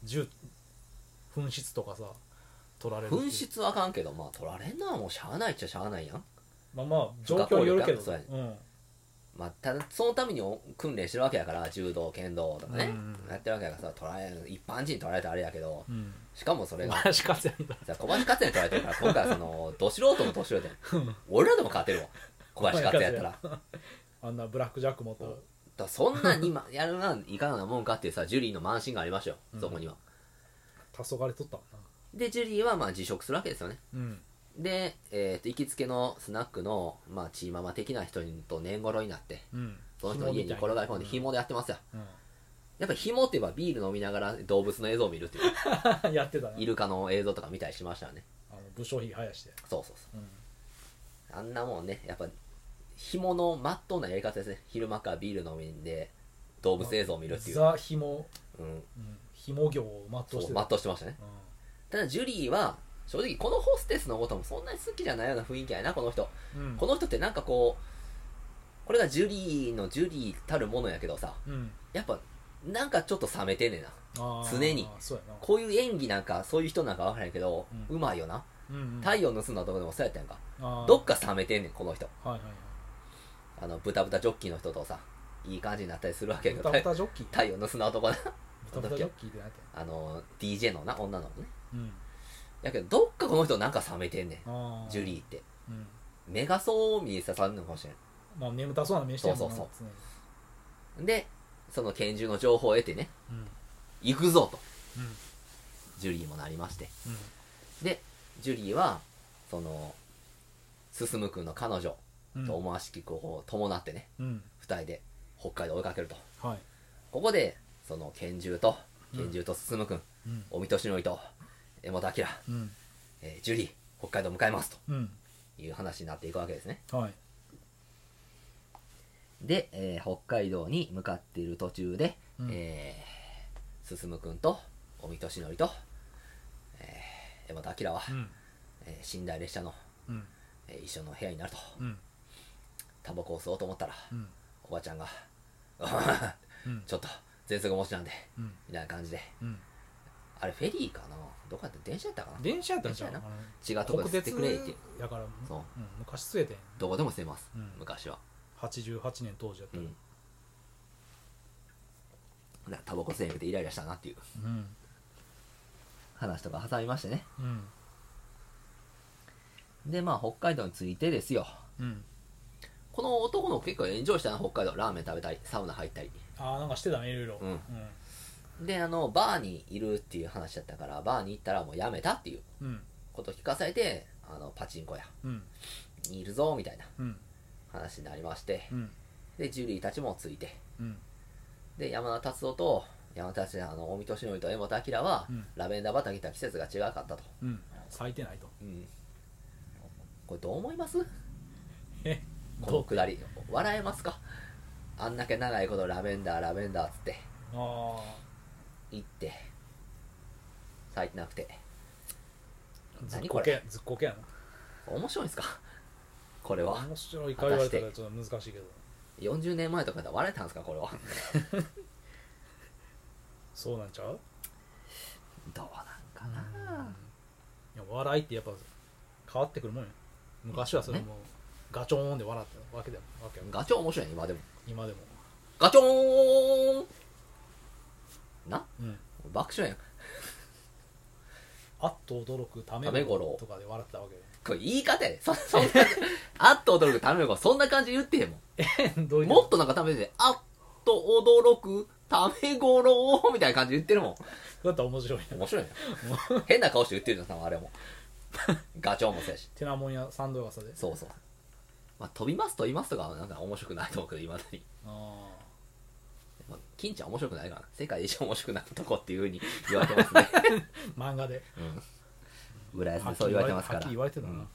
紛失とかさ取られるっていう。 紛失はあかんけど、まあ取られんのはもうしゃあないっちゃしゃあないやん。 まあ状況によるけど、 そうやね、まあ、ただそのために訓練してるわけやから、柔道剣道とかね、やってるわけやからさ、取られる、一般人に取られたらあれやけど、しかもそれが小林克也みたいな、 小林克也に取られてるから、今回はそのど素人の年上で俺らでも勝てるわ、小林克也やったらあんなブラックジャックもとだそんなにやるないかがなもんかっていうさ、ジュリーの慢心がありましたよ、そこには。 黄昏とったもんな。 でジュリーはまあ辞職するわけですよね、で、行きつけのスナックの、まあ、チーママ的な人と年頃になって、その人の家に転がり込んで紐でやってますよ、やっぱり紐って言えばビール飲みながら動物の映像を見るっていうやってたな。 イルカの映像とか見たりしましたよね。 武将髭生やして、 そうそうそう、あんなもんね、やっぱ紐のまっとうなやり方ですね。昼間からビール飲みんで動物映像を見るっていう、 ザ紐、紐業を全うして全うしてましたね、ただジュリーは正直このホステスのこともそんなに好きじゃないような雰囲気やな、この人、この人ってなんかこう、これがジュリーのジュリーたるものやけどさ、やっぱなんかちょっと冷めてんねんな、常に。こういう演技なんかそういう人なんか分からへんけど、うまいよな、太陽盗んだとこでもそうやったやんか、どっか冷めてんねんこの人、ブタブタジョッキーの人とさいい感じになったりするわけやけど、 ブタブタジョッキー、 太陽盗んだ男なブタブタジョッキーって何やってDJ のな女の子ね、やけどどっかこの人なんか冷めてんねん、ジュリーって、目がそう見えささんのかもしれん、 まあ眠たそうな目してるもんな。 そうでその拳銃の情報を得てね、行くぞと、ジュリーもなりまして、でジュリーはその進君の彼女と思わしき子を伴ってね、2人で北海道を追いかけると、ここでその拳銃と進君、尾身俊則と柄本明、ジュリー北海道向かいますという話になっていくわけですね、で、北海道に向かっている途中で、進君と尾身俊則と、柄本明は、寝台列車の、一緒の部屋になると、タバコを吸おうと思ったら、おばちゃんがちょっと喘息持ちなんで、みたいな感じで、あれフェリーかな、どこやった、電車やったかな、 電車やったんじゃん、 違うとこで吸ってくれってやから、 そう、 昔吸えてん、 どこでも吸えます、昔は 88年当時やったら、タバコ吸えんくてイライラしたなっていう、話とか挟みましてね、でまあ北海道に着いてですよ、この男の子結構エンジョイしたな、北海道ラーメン食べたりサウナ入ったり、 なんかしてたね、いろいろ、 でバーにいるっていう話だったから、バーに行ったらもうやめたっていうことを聞かされて、パチンコ屋にいるぞみたいな話になりまして、でジュリーたちもついて、で山田達郎と尾身俊則と柄本明は、ラベンダー畑行った季節が違かったと、 咲いてないと、 これどう思います？このくだり笑えますか？あんだけ長いことラベンダーっつって行って咲いてなくて、 ずっこけやな。 面白いんですかこれは？ 面白いか言われたらちょっと難しいけど、 40年前とかで笑えたんですかこれは？ そうなんちゃう？ どうなんかな、 いや笑いってやっぱ変わってくるもんよ。昔はそれもガチョーンで笑ったわけだよ。 ガチョーン面白いね、今でもガチョーンな、爆笑やん。 あっと驚くためごろとかで笑ったわけよ。 これ言い方やで、そんなあっと驚くためごろそんな感じで言ってへんもん。 どういうもっとなんか食べてあっと驚くためごろみたいな感じで言ってるもん。 だったら面白い面白いね。変な顔して言ってるじゃん、多分あれも。ガチョーンもそうやし。 テナモンやサンドガサで。 そうそう。まあ、飛びますとかはなんか面白くないと思うけど、今だに。金ちゃん面白くないから、世界で一番面白くないとこっていう風に言われてますね。 漫画で。 浦安でそう言われてますから。 はっきり言われてたな。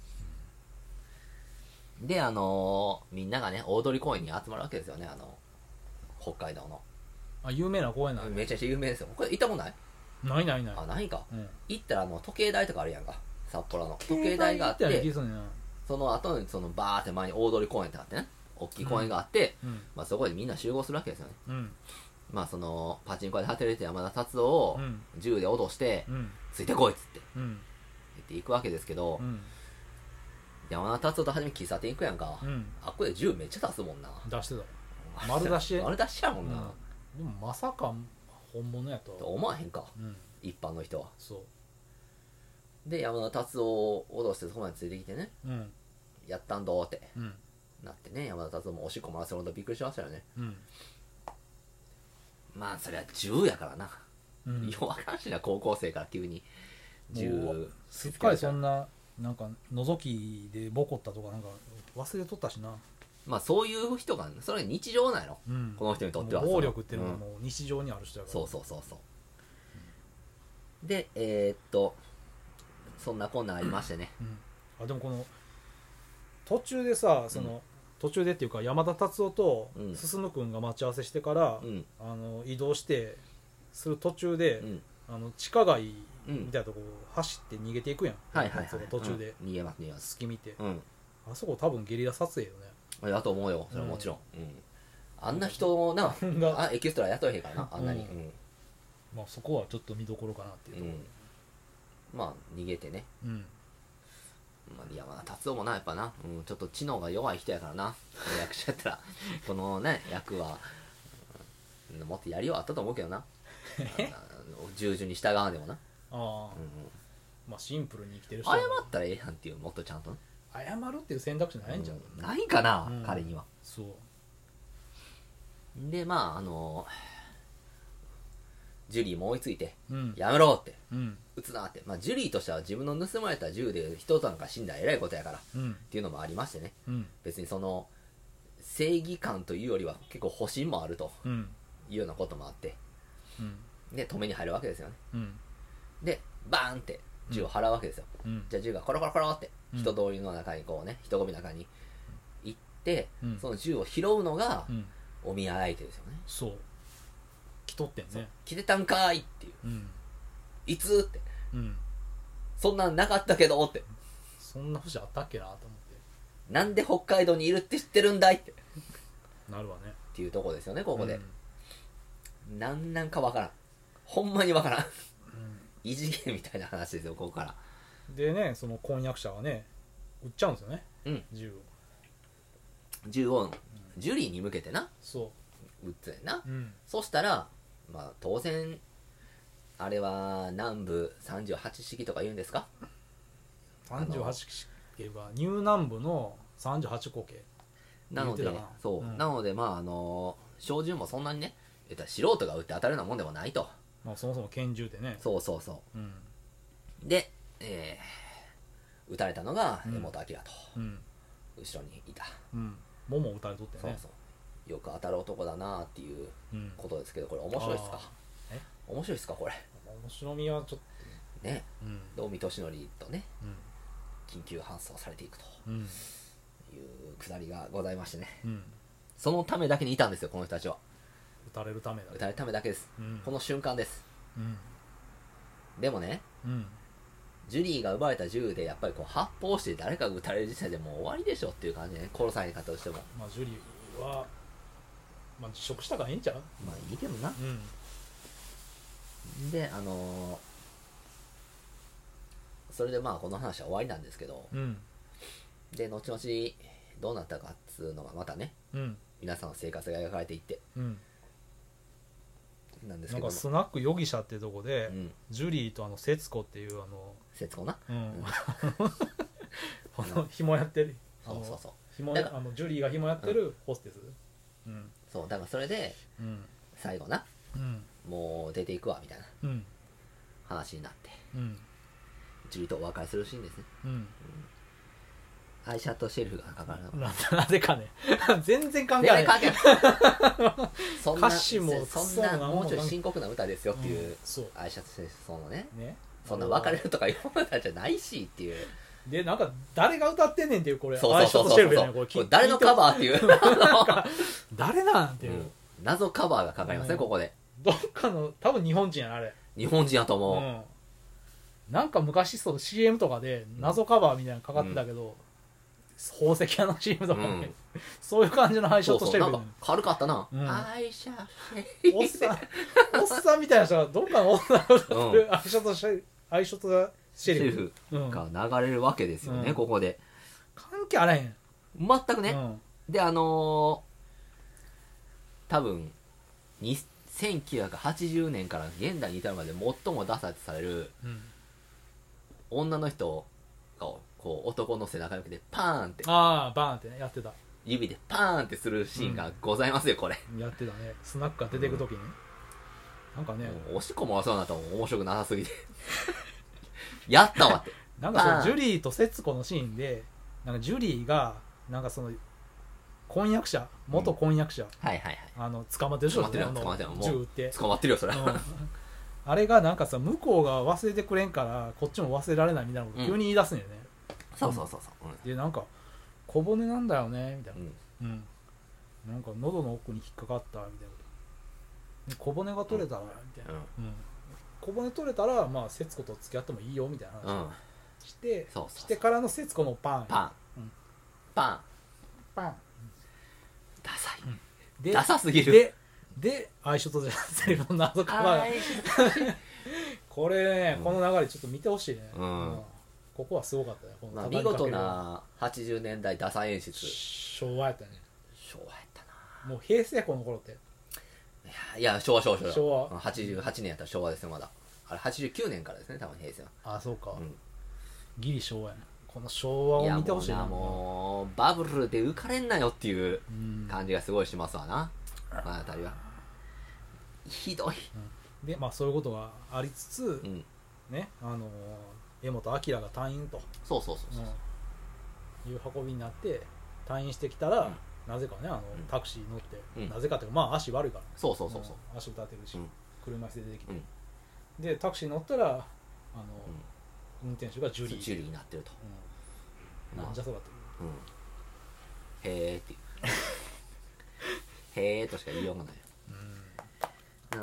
で、みんながね、大通公園に集まるわけですよね、北海道の。 有名な公園なんめちゃくちゃ有名ですよ。これ行ったことない？ ない。 ないか。行ったら時計台とかあるやんか、札幌の。時計台があって、その後にバーって前に大通公園ってあってね、大きい公園があって、そこでみんな集合するわけですよね。 まあそのパチンコで働いてる山田達夫を銃で脅して、ついてこいっつって言っていくわけですけど、山田達夫と初め喫茶店行くやんか、あっこで銃めっちゃ出すもんな。 出してた丸出し丸出しやもんな、 でもまさか本物やと思わへんか、一般の人は。 そうで山田達夫を脅してそこまでついてきてね、やったんどって、なってね、山田達夫もおしっこ回せるほどびっくりしましたよね。まあそれは銃やからな、ようわからんしな、高校生から急に銃すっかりそんななんか覗きでボコったとかなんか忘れとったしな。 まあそういう人がそれが日常なんやろ、この人にとっては。 暴力っていうのはもう日常にある人やから、 そうそうそうそう、でそんなこんなんありましてね、 あでもこの途中でさ、その、途中でっていうか山田達夫と進君が待ち合わせしてから、移動してする途中で、地下街みたいなとこ走って逃げていくやん、途中で、 逃げます逃げます、 隙見て、あそこ多分ゲリラ撮影よね。 だと思うよ、それはもちろん、あんな人なエキストラ雇えへんからな、あんなに、 まあそこはちょっと見どころかなっていうところ、 まあ逃げてね、まあ、山田達夫もなやっぱな、ちょっと知能が弱い人やからな、役者やったらこのね役は、もっとやりようあったと思うけどな従順に従わんでもな、 まあシンプルに生きてる人謝ったらええやんっていう、もっとちゃんと謝るっていう選択肢ないんじゃん、 ないかな、彼には。 そうでまあジュリーも追いついて、やめろって、撃つなって、まあ、ジュリーとしては自分の盗まれた銃で人なんか死んだらえらいことやから、っていうのもありましてね、別にその正義感というよりは結構保身もあるというようなこともあって、で止めに入るわけですよね、でバーンって銃を払うわけですよ、じゃあ銃がコロコロコロって人通りの中にこうね、人混みの中に行って、その銃を拾うのがお見合い相手ですよね。 そう来とってんね、 来てたんかーいっていう、いつって、そんなんなかったけどって、 そんな節あったっけなと思って、 なんで北海道にいるって知ってるんだいってなるわねっていうとこですよね、ここで、なんかわからん、ほんまにわからん、異次元みたいな話ですよ、ここから。 でね、その婚約者はね撃っちゃうんですよね、 銃をジュリーに向けてな、撃つやな、そしたらまあ当然あれは南部38式とか言うんですか、 38式っていうかニュー南部の38口径なので、なのでまあ小銃もそんなにね、言ったら素人が撃って当たるようなもんでもないと、 まあ、そもそも拳銃でね、 そう、で、撃たれたのが江本明と、後ろにいた、 もも撃たれとってね、 よく当たる男だなっていうことですけど、これ面白いですか、面白いですか、これ面白みはちょっとね、能見俊則とね、緊急搬送されていくというくだりがございましてね、そのためだけにいたんですよ、この人たちは。 撃たれるためだ、 撃たれるためだけです、この瞬間です、でもね、ジュリーが奪われた銃でやっぱりこう発砲して誰かが撃たれる時点でもう終わりでしょっていう感じでね、殺され方としても、 まあジュリーはまあ辞職したからいいんちゃう、 まあいいけどな、でそれでまあこの話は終わりなんですけど、で後々どうなったかっつうのがまたね、皆さんの生活が描かれていって、なんですけど、 なんかスナック容疑者っていうとこで、ジュリーと節子っていう節子な、 紐やってる、 そうジュリーが紐やってるホステス、 そうだからそれで、最後な、もう出ていくわみたいな話になって、ジュリーとお別れするシーンですね、アイシャとシェルフがかかるの、 なぜかね全然関係ない、歌詞もそんなもうちょい深刻な歌ですよっていう、アイシャとシェルフ、そのね、そんな別れるとかいうものじゃないしっていう、 でなんか誰が歌ってんねんっていう、これアイシャとシェルフやね、これ誰のカバーっていう誰なんっていう、 謎カバーがかかりますね、ここで。 どっかの多分日本人やあれ、 日本人やと思う、 なんか昔そう CM とかで謎カバーみたいなのかかってたけど、 宝石屋の CM とかね、そういう感じの配信としてるけど、 なんか軽かったな、 愛車おっさんみたいな人がどっかの女の子と愛所とシェリフが流れるわけですよね、ここで関係あらへん全くね、で多分1980年から現代に至るまで最もダサいとされる、女の人がこう男の背中に向けてパーンってバーンってねやってた指でパーンってするシーンがございますよ、これやってたね。スナックが出てくときに、なんかねおしっこもそうになったら面白くなさすぎてやったわってなんかそのジュリーと節子のシーンでなんかジュリーがなんかその婚約者元婚約者、 はいはいはい捕まってる人ですね、捕まってる銃撃って捕まってるよそれ、 あれがなんかさ向こうが忘れてくれんからこっちも忘れられないみたいなこと急に言い出すんよね、 そうそうそうそう、 でなんか小骨なんだよねみたいな、なんか喉の奥に引っかかったみたいな、小骨が取れたらみたいな、小骨取れたらまあ節子と付き合ってもいいよみたいな話をして、してからの節子のパンパンダサい、ダサすぎるで相性とじゃセリフの謎かはこれね、この流れちょっと見てほしいね、ここはすごかったね、この見事な80年代ダサ演出、 昭和やったね、 昭和やったな、 もう平成この頃って、 いや昭和88年やったら昭和ですよ、まだあれ89年からですね多分平成は。 そうか、ギリ昭和やね、この昭和を見てほしいな。 もうバブルで浮かれんなよっていう感じがすごいしますわな、あたりはひどい、 でまあそういうことがありつつ、ね江本明が退院という運びになって退院してきたら、なぜかねタクシーに乗って、なぜかというかまあ足悪いから、 足打たてるし、車椅子で出てきて、でタクシーに乗ったら運転手がジュリーになってると、 なんじゃそらという、へーっていうへーとしか言いようがない、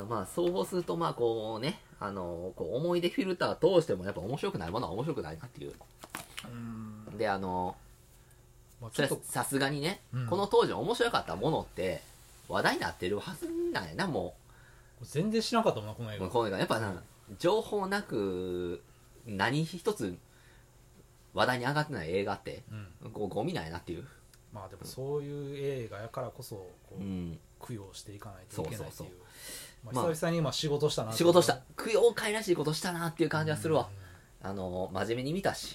まあそうするとまあこうねこう思い出フィルター通してもやっぱ面白くないものは面白くないなっていう、でそれさすがにね、この当時面白かったものって話題になってるはずなんやな、もう全然知らなかったもんなこの映画。 この映画やっぱ情報なく何一つ話題に上がってない映画って、こうゴミなんやなっていう。 まあでもそういう映画やからこそこう、供養していかないといけないっていう、久々に今仕事したな、 仕事した供養会らしいことしたなっていう感じがするわ、真面目に見たし、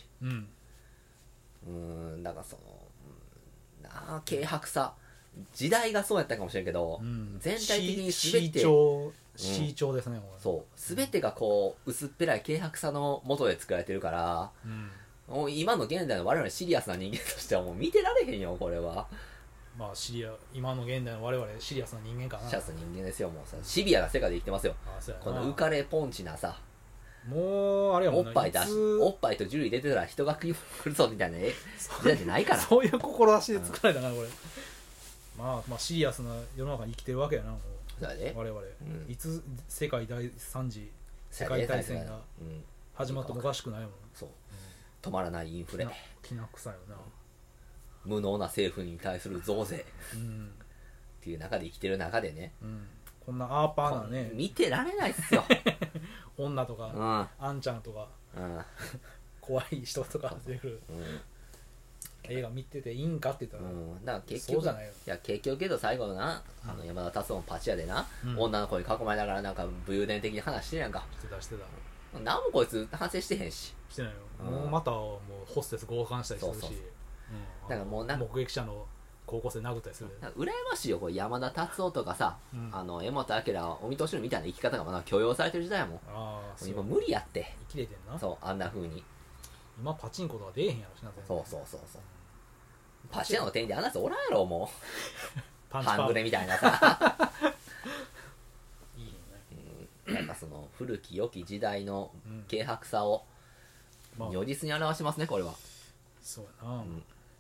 だからその軽薄さ、時代がそうやったかもしれんけど、全体的に全て恣意調ですね、 そう全てがこう薄っぺらい軽薄さの元で作られてるから、もう今の現代の我々シリアスな人間としてはもう見てられへんよこれは。 まあ今の現代の我々シリアスな人間かな。 シリアスな人間ですよ、もうさシビアな世界で生きてますよ。この浮かれポンチなさ、 もうあれやもんおっぱいとジュリー出てたら人が来るぞみたいな時代じゃないからそういう志で作られたな、これ。まあシリアスな世の中に生きてるわけやな、もう我々、いつ世界第3次世界大戦が始まってもおかしくないもん。 そう、止まらないインフレ、 きな臭いよな、 無能な政府に対する増税、っていう中で生きてる中でね、 こんなアーパーなね見てられないっすよ女とか、あんちゃんとか、怖い人とか出てくる、映画見てていいんかって言ったら、 だから結局そうじゃないよ。いや結局けど最後のな山田達郎のパチ屋でな、女の子に囲まれながらなんか武勇伝的に話してるやんか。してた何もこいつ反省してへんし。 してないよ、もうまたもうホステス強姦したりするし、だからもう目撃者の高校生殴ったりする。 羨ましいよこれ山田達郎とかさ、江本明お見通しのみたいな生き方がまだ許容されてる時代やもん。今無理やって生きれてんな。 そうあんな風に今パチンコとか出えへんやろしな。 そうパチ屋の店員であんなやつおらんやろもう半グレみたいなさいいよね、なんかその古き良き時代の軽薄さを如実に表しますねこれは。 そうやな、もう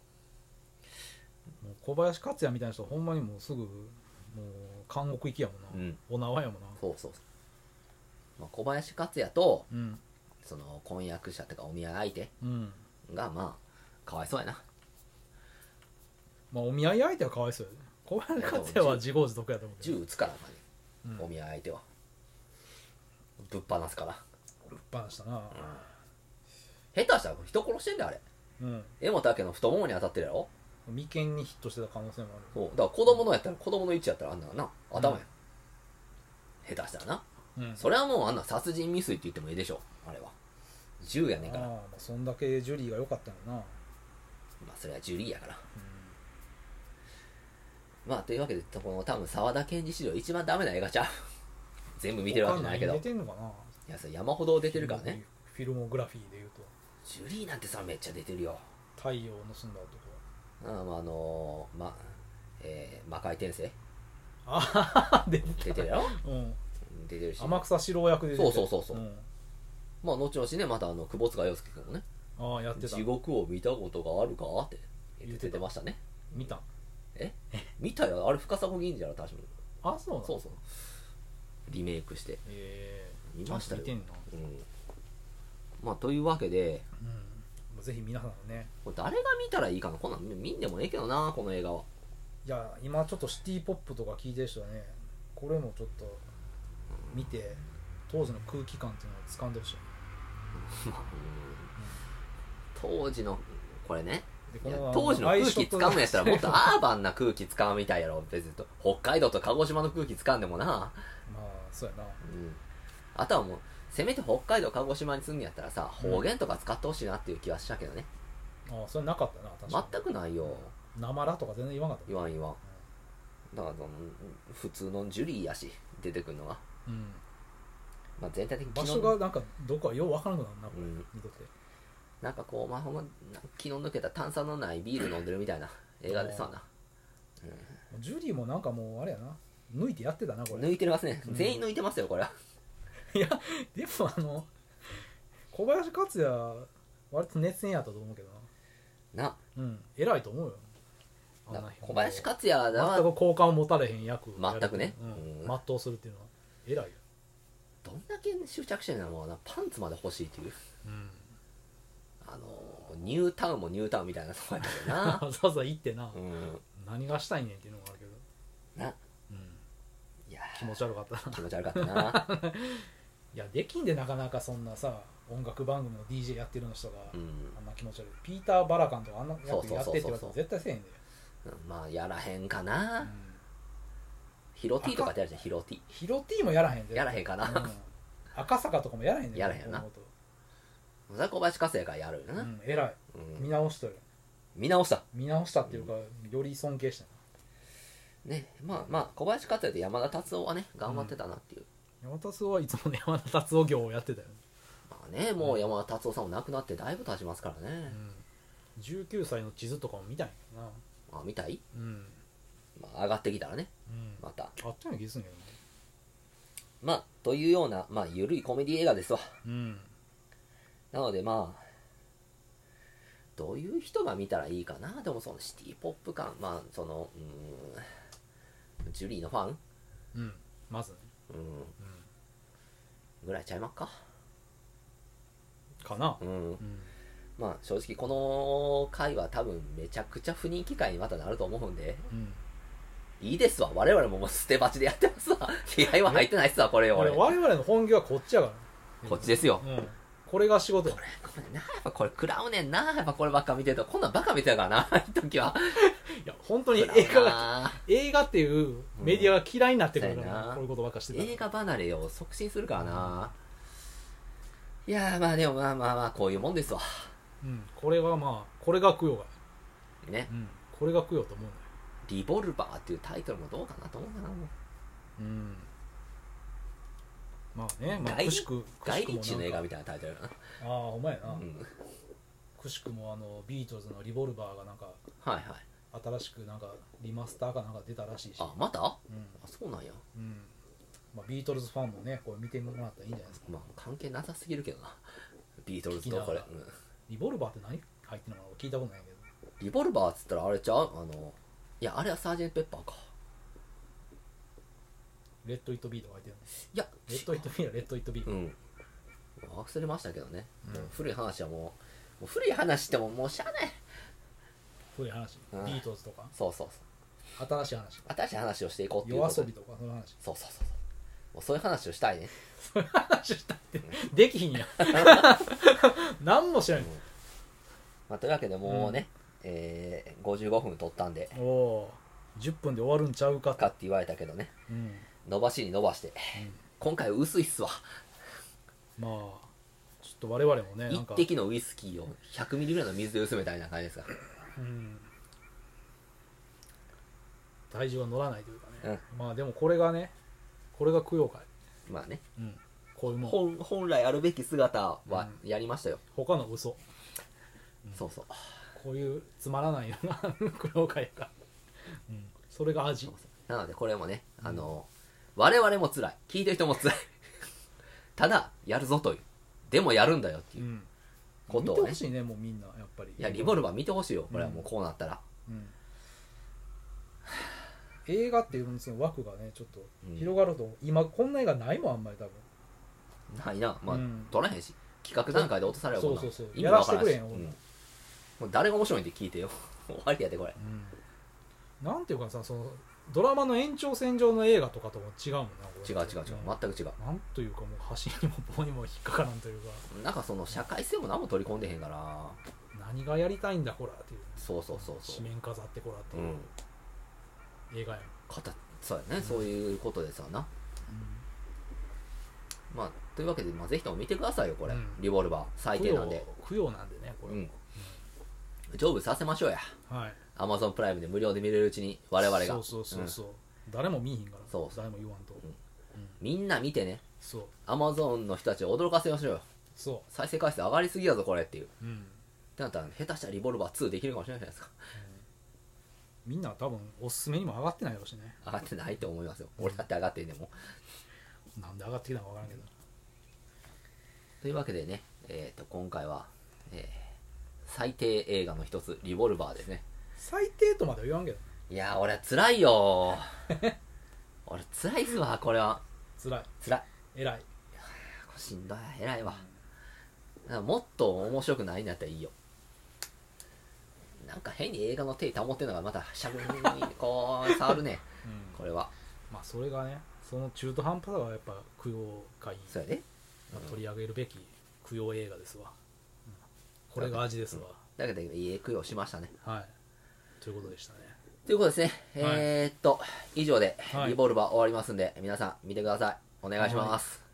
小林克也みたいな人ほんまにもうすぐもう監獄行きやもんな、お縄やもんな。 そう、小林克也と、その婚約者とかお見合い相手がまあかわいそうやな。 まあお見合い相手はかわいそうやで、小林克也は自業自得やと思うけど、 銃撃つからな、 うんお見合い相手はぶっ放すから、 ぶっ放したな。 下手したら人殺してんだよあれ。 うん柄本明の太ももに当たってるやろ。 眉間にヒットしてた可能性もある。 そうだから子供のやったら子供の位置やったらあんなな頭や、下手したらな、 うんそれはもうあんな殺人未遂って言ってもいいでしょ、あれは銃やねんから。 ああ、まあそんだけジュリーが良かったのな。 まあそれはジュリーやから、まあというわけでこの多分沢田研二史上一番ダメな映画ちゃう全部見てるわけじゃないけど、 出てんのかな。 いやそれ山ほど出てるからね。 フィルモグラフィーでいうとジュリーなんてさめっちゃ出てるよ。 太陽を盗んだ男。 魔界転生ああ出出てるやろうん出てるし、 天草四郎役で出てる。 そう、まあ後々ねまた窪塚洋介君もねああやってた。 地獄を見たことがあるかって言ってましたね。 見た。 見たよあれ深迫銀次やろ確か。 あ、そうなの。 そうリメイクして見ましたよ。 見てんの。 まあというわけでぜひ皆さんね。 これ誰が見たらいいかな、こんなん見んでもええけどなこの映画は。 いや今ちょっとシティポップとか聞いてる人はね、これもちょっと見て当時の空気感っていうのを掴んでほしい。 当時のこれね、 でいや当時の空気掴むやったらもっとアーバンな空気掴むみたいやろ別に。北海道と鹿児島の空気掴んでもな。 まあそうやな。 あとはもうせめて北海道鹿児島に住んでやったらさ方言とか使ってほしいなっていう気はしたけどね。 ああそれなかったな確かに。 全くないよ。 なまらとか全然言わなかった。 言わんだから普通のジュリーやし出てくるのは、まあ、全体的に場所がなんかどこかよう分からなくなるなこれ、見とってなんかこうほんま気の抜けた炭酸のないビール飲んでるみたいな映画ですわな。 ジュリーもなんかもうあれやな、抜いてやってたなこれ。 抜いてますね、全員抜いてますよこれは。 いやでも小林克也割と熱演やったと思うけどな。偉いと思うよ。 小林克也だ全く好感を持たれへん役全くね、 全うするっていうのは偉いよ。 どんだけ執着してるのもな、パンツまで欲しいっていう、ニュータウンもニュータウンみたいなとこやったけどなわざわざ行ってな、何がしたいねんっていうのがあるけどな、いや気持ち悪かったな。 気持ち悪かったな。 いやできんでなかなかそんなさ音楽番組の DJ やってるの人があんな気持ち悪い。ピーター・バラカンとかあんな役やってって言われたら絶対せえへんで。 まあやらへんかな、ヒロティとかってやるじゃん。ヒロティヒロティもやらへんで。 やらへんかな、 赤坂とかもやらへんで。 やらへんな。それ小林克也がやるよな、 偉い、見直しとる。 見直したっていうか、より尊敬したね。まあ小林克也と山田達夫はね頑張ってたなっていう、 山田達夫はいつもね山田達夫業をやってたよね。 まあね、もう山田達夫さんも亡くなってだいぶ経ちますからね、 19歳の地図とかも見たんやけどな。 あ見たい、まあ、上がってきたらね、またあったような気がするんやけどね。 まあというようなまあ緩いコメディ映画ですわ、なのでまあどういう人が見たらいいかな。でもそのシティポップ感、まあそのジュリーのファン、 まずね、 ぐらいちゃいまっかかな。 まあ正直この回は多分めちゃくちゃ不人気回にまたなると思うんで、いいですわ。我々ももう捨て鉢でやってますわ。気合は入ってないっすわこれ。 我々の本業はこっちやから、 こっちですよ、 これが仕事や。 これな、やっぱこれ食らうねんな。やっぱこればっか見てるとこんなんバカ見てたからな一時は。 いや本当に映画っていうメディアが嫌いになってくるから、こういうことばっかしてた。 映画離れを促進するからな、いやまあでもまあこういうもんですわ。 これはまあこれが供養がね、 これが供養と思うんだよ。 リボルバーっていうタイトルもどうかなと思うかな。 まあね、 ガイリッチの映画みたいなタイトルやな。 ああほんまやな、くしくもビートルズのリボルバーがなんか新しくなんかリマスターかなんか出たらしいし。 あまた、あそうなんや。 まあ、ビートルズファンもねこれ見てもらったらいいんじゃないですか。 まあ関係なさすぎるけどなビートルズとこれ、 リボルバーって何入ってるのか聞いたことないけど。 リボルバーっつったらあれちゃういやあれはサージェントペッパーか。 レッド・イット・ビーとか入ってるの。 いやレッド・イット・ビーはレッド・イット・ビー、 忘れましたけどね、古い話はもう古い話ってもうしゃあない。 古い話、 うんビートルズとかそうそう新しい話、 新しい話をしていこうっていうことで夜遊びとかその話、 そうそうそうもうそういう話をしたいね。 そういう話したってできひんや何も知らない、 まあ、というわけでもうね、55分取ったんでおお10分で終わるんちゃうかかって言われたけどね、伸ばしに伸ばして、今回は薄いっすわ。 まあちょっと我々もね一滴のウイスキーを100ミリぐらいの水で薄めたいな感じですが、 体重が乗らないというかね、まあでもこれが供養会、 まあね、 こういうもん本来あるべき姿はやりましたよ、 他の嘘、 そうそう、 こういうつまらないのが供養会か、それが味。 なのでこれもね、我々も辛い、聞いてる人も辛いただやるぞという、でもやるんだよっていうことをね、 見てほしいね、もうみんなやっぱり。 いやリボルバー見てほしいよ、これはもうこうなったら、 映画っていうその枠がねちょっと広がると、今こんな映画ないもんあんまり多分ないな、まあ撮らへんし、企画段階で落とされることやらせてくれへんよ、 もう誰が面白いんって聞いてよ終わりやでこれ、 なんていうかさ、そのドラマの延長線上の映画とかとも違うもんな。 違う全く違う。 なんというかもう端にも棒にも引っかからんというか、 なんかその社会性も何も取り込んでへんから何がやりたいんだこらっていう、 そう紙面飾ってこらっていう、映画やんそうやね、そういうことですわな、まあというわけで、ぜひとも見てくださいよこれ、リボルバー最低なんで、 供養なんでねこれ、 成仏させましょうや。 はい、 Amazon プライムで無料で見れるうちに我々がそう誰も見いひんから、誰も言わんと、 みんな見てね、 そう Amazon の人たちを驚かせましょうよ。 そう再生回数上がりすぎやぞこれっていう、ってなったら下手したらリボルバー2できるかもしれないじゃないですか、 みんな多分おすすめにも上がってないよしね。 上がってないと思いますよ、俺だって上がってんでもなんで上がってきたのか分からんけど。 というわけでね、今回は、最低映画の一つリボルバーですね。 最低とまでは言わんけど、 いやー俺は辛いよ俺辛いっすわこれは。 辛い偉いしんどい、偉いわ、もっと面白くないんだったらいいよ。なんか変に映画の手保ってるのがまたしゃぶりにこう触るね、これは。 まあそれがね、その中途半端さがやっぱ供養会にそうやね、 取り上げるべき供養映画ですわ、これが味ですわ、 だけどいい供養しましたね。 はいということでしたね。 ということですね、以上でリボルバー終わりますんで、皆さん見てください、お願いします。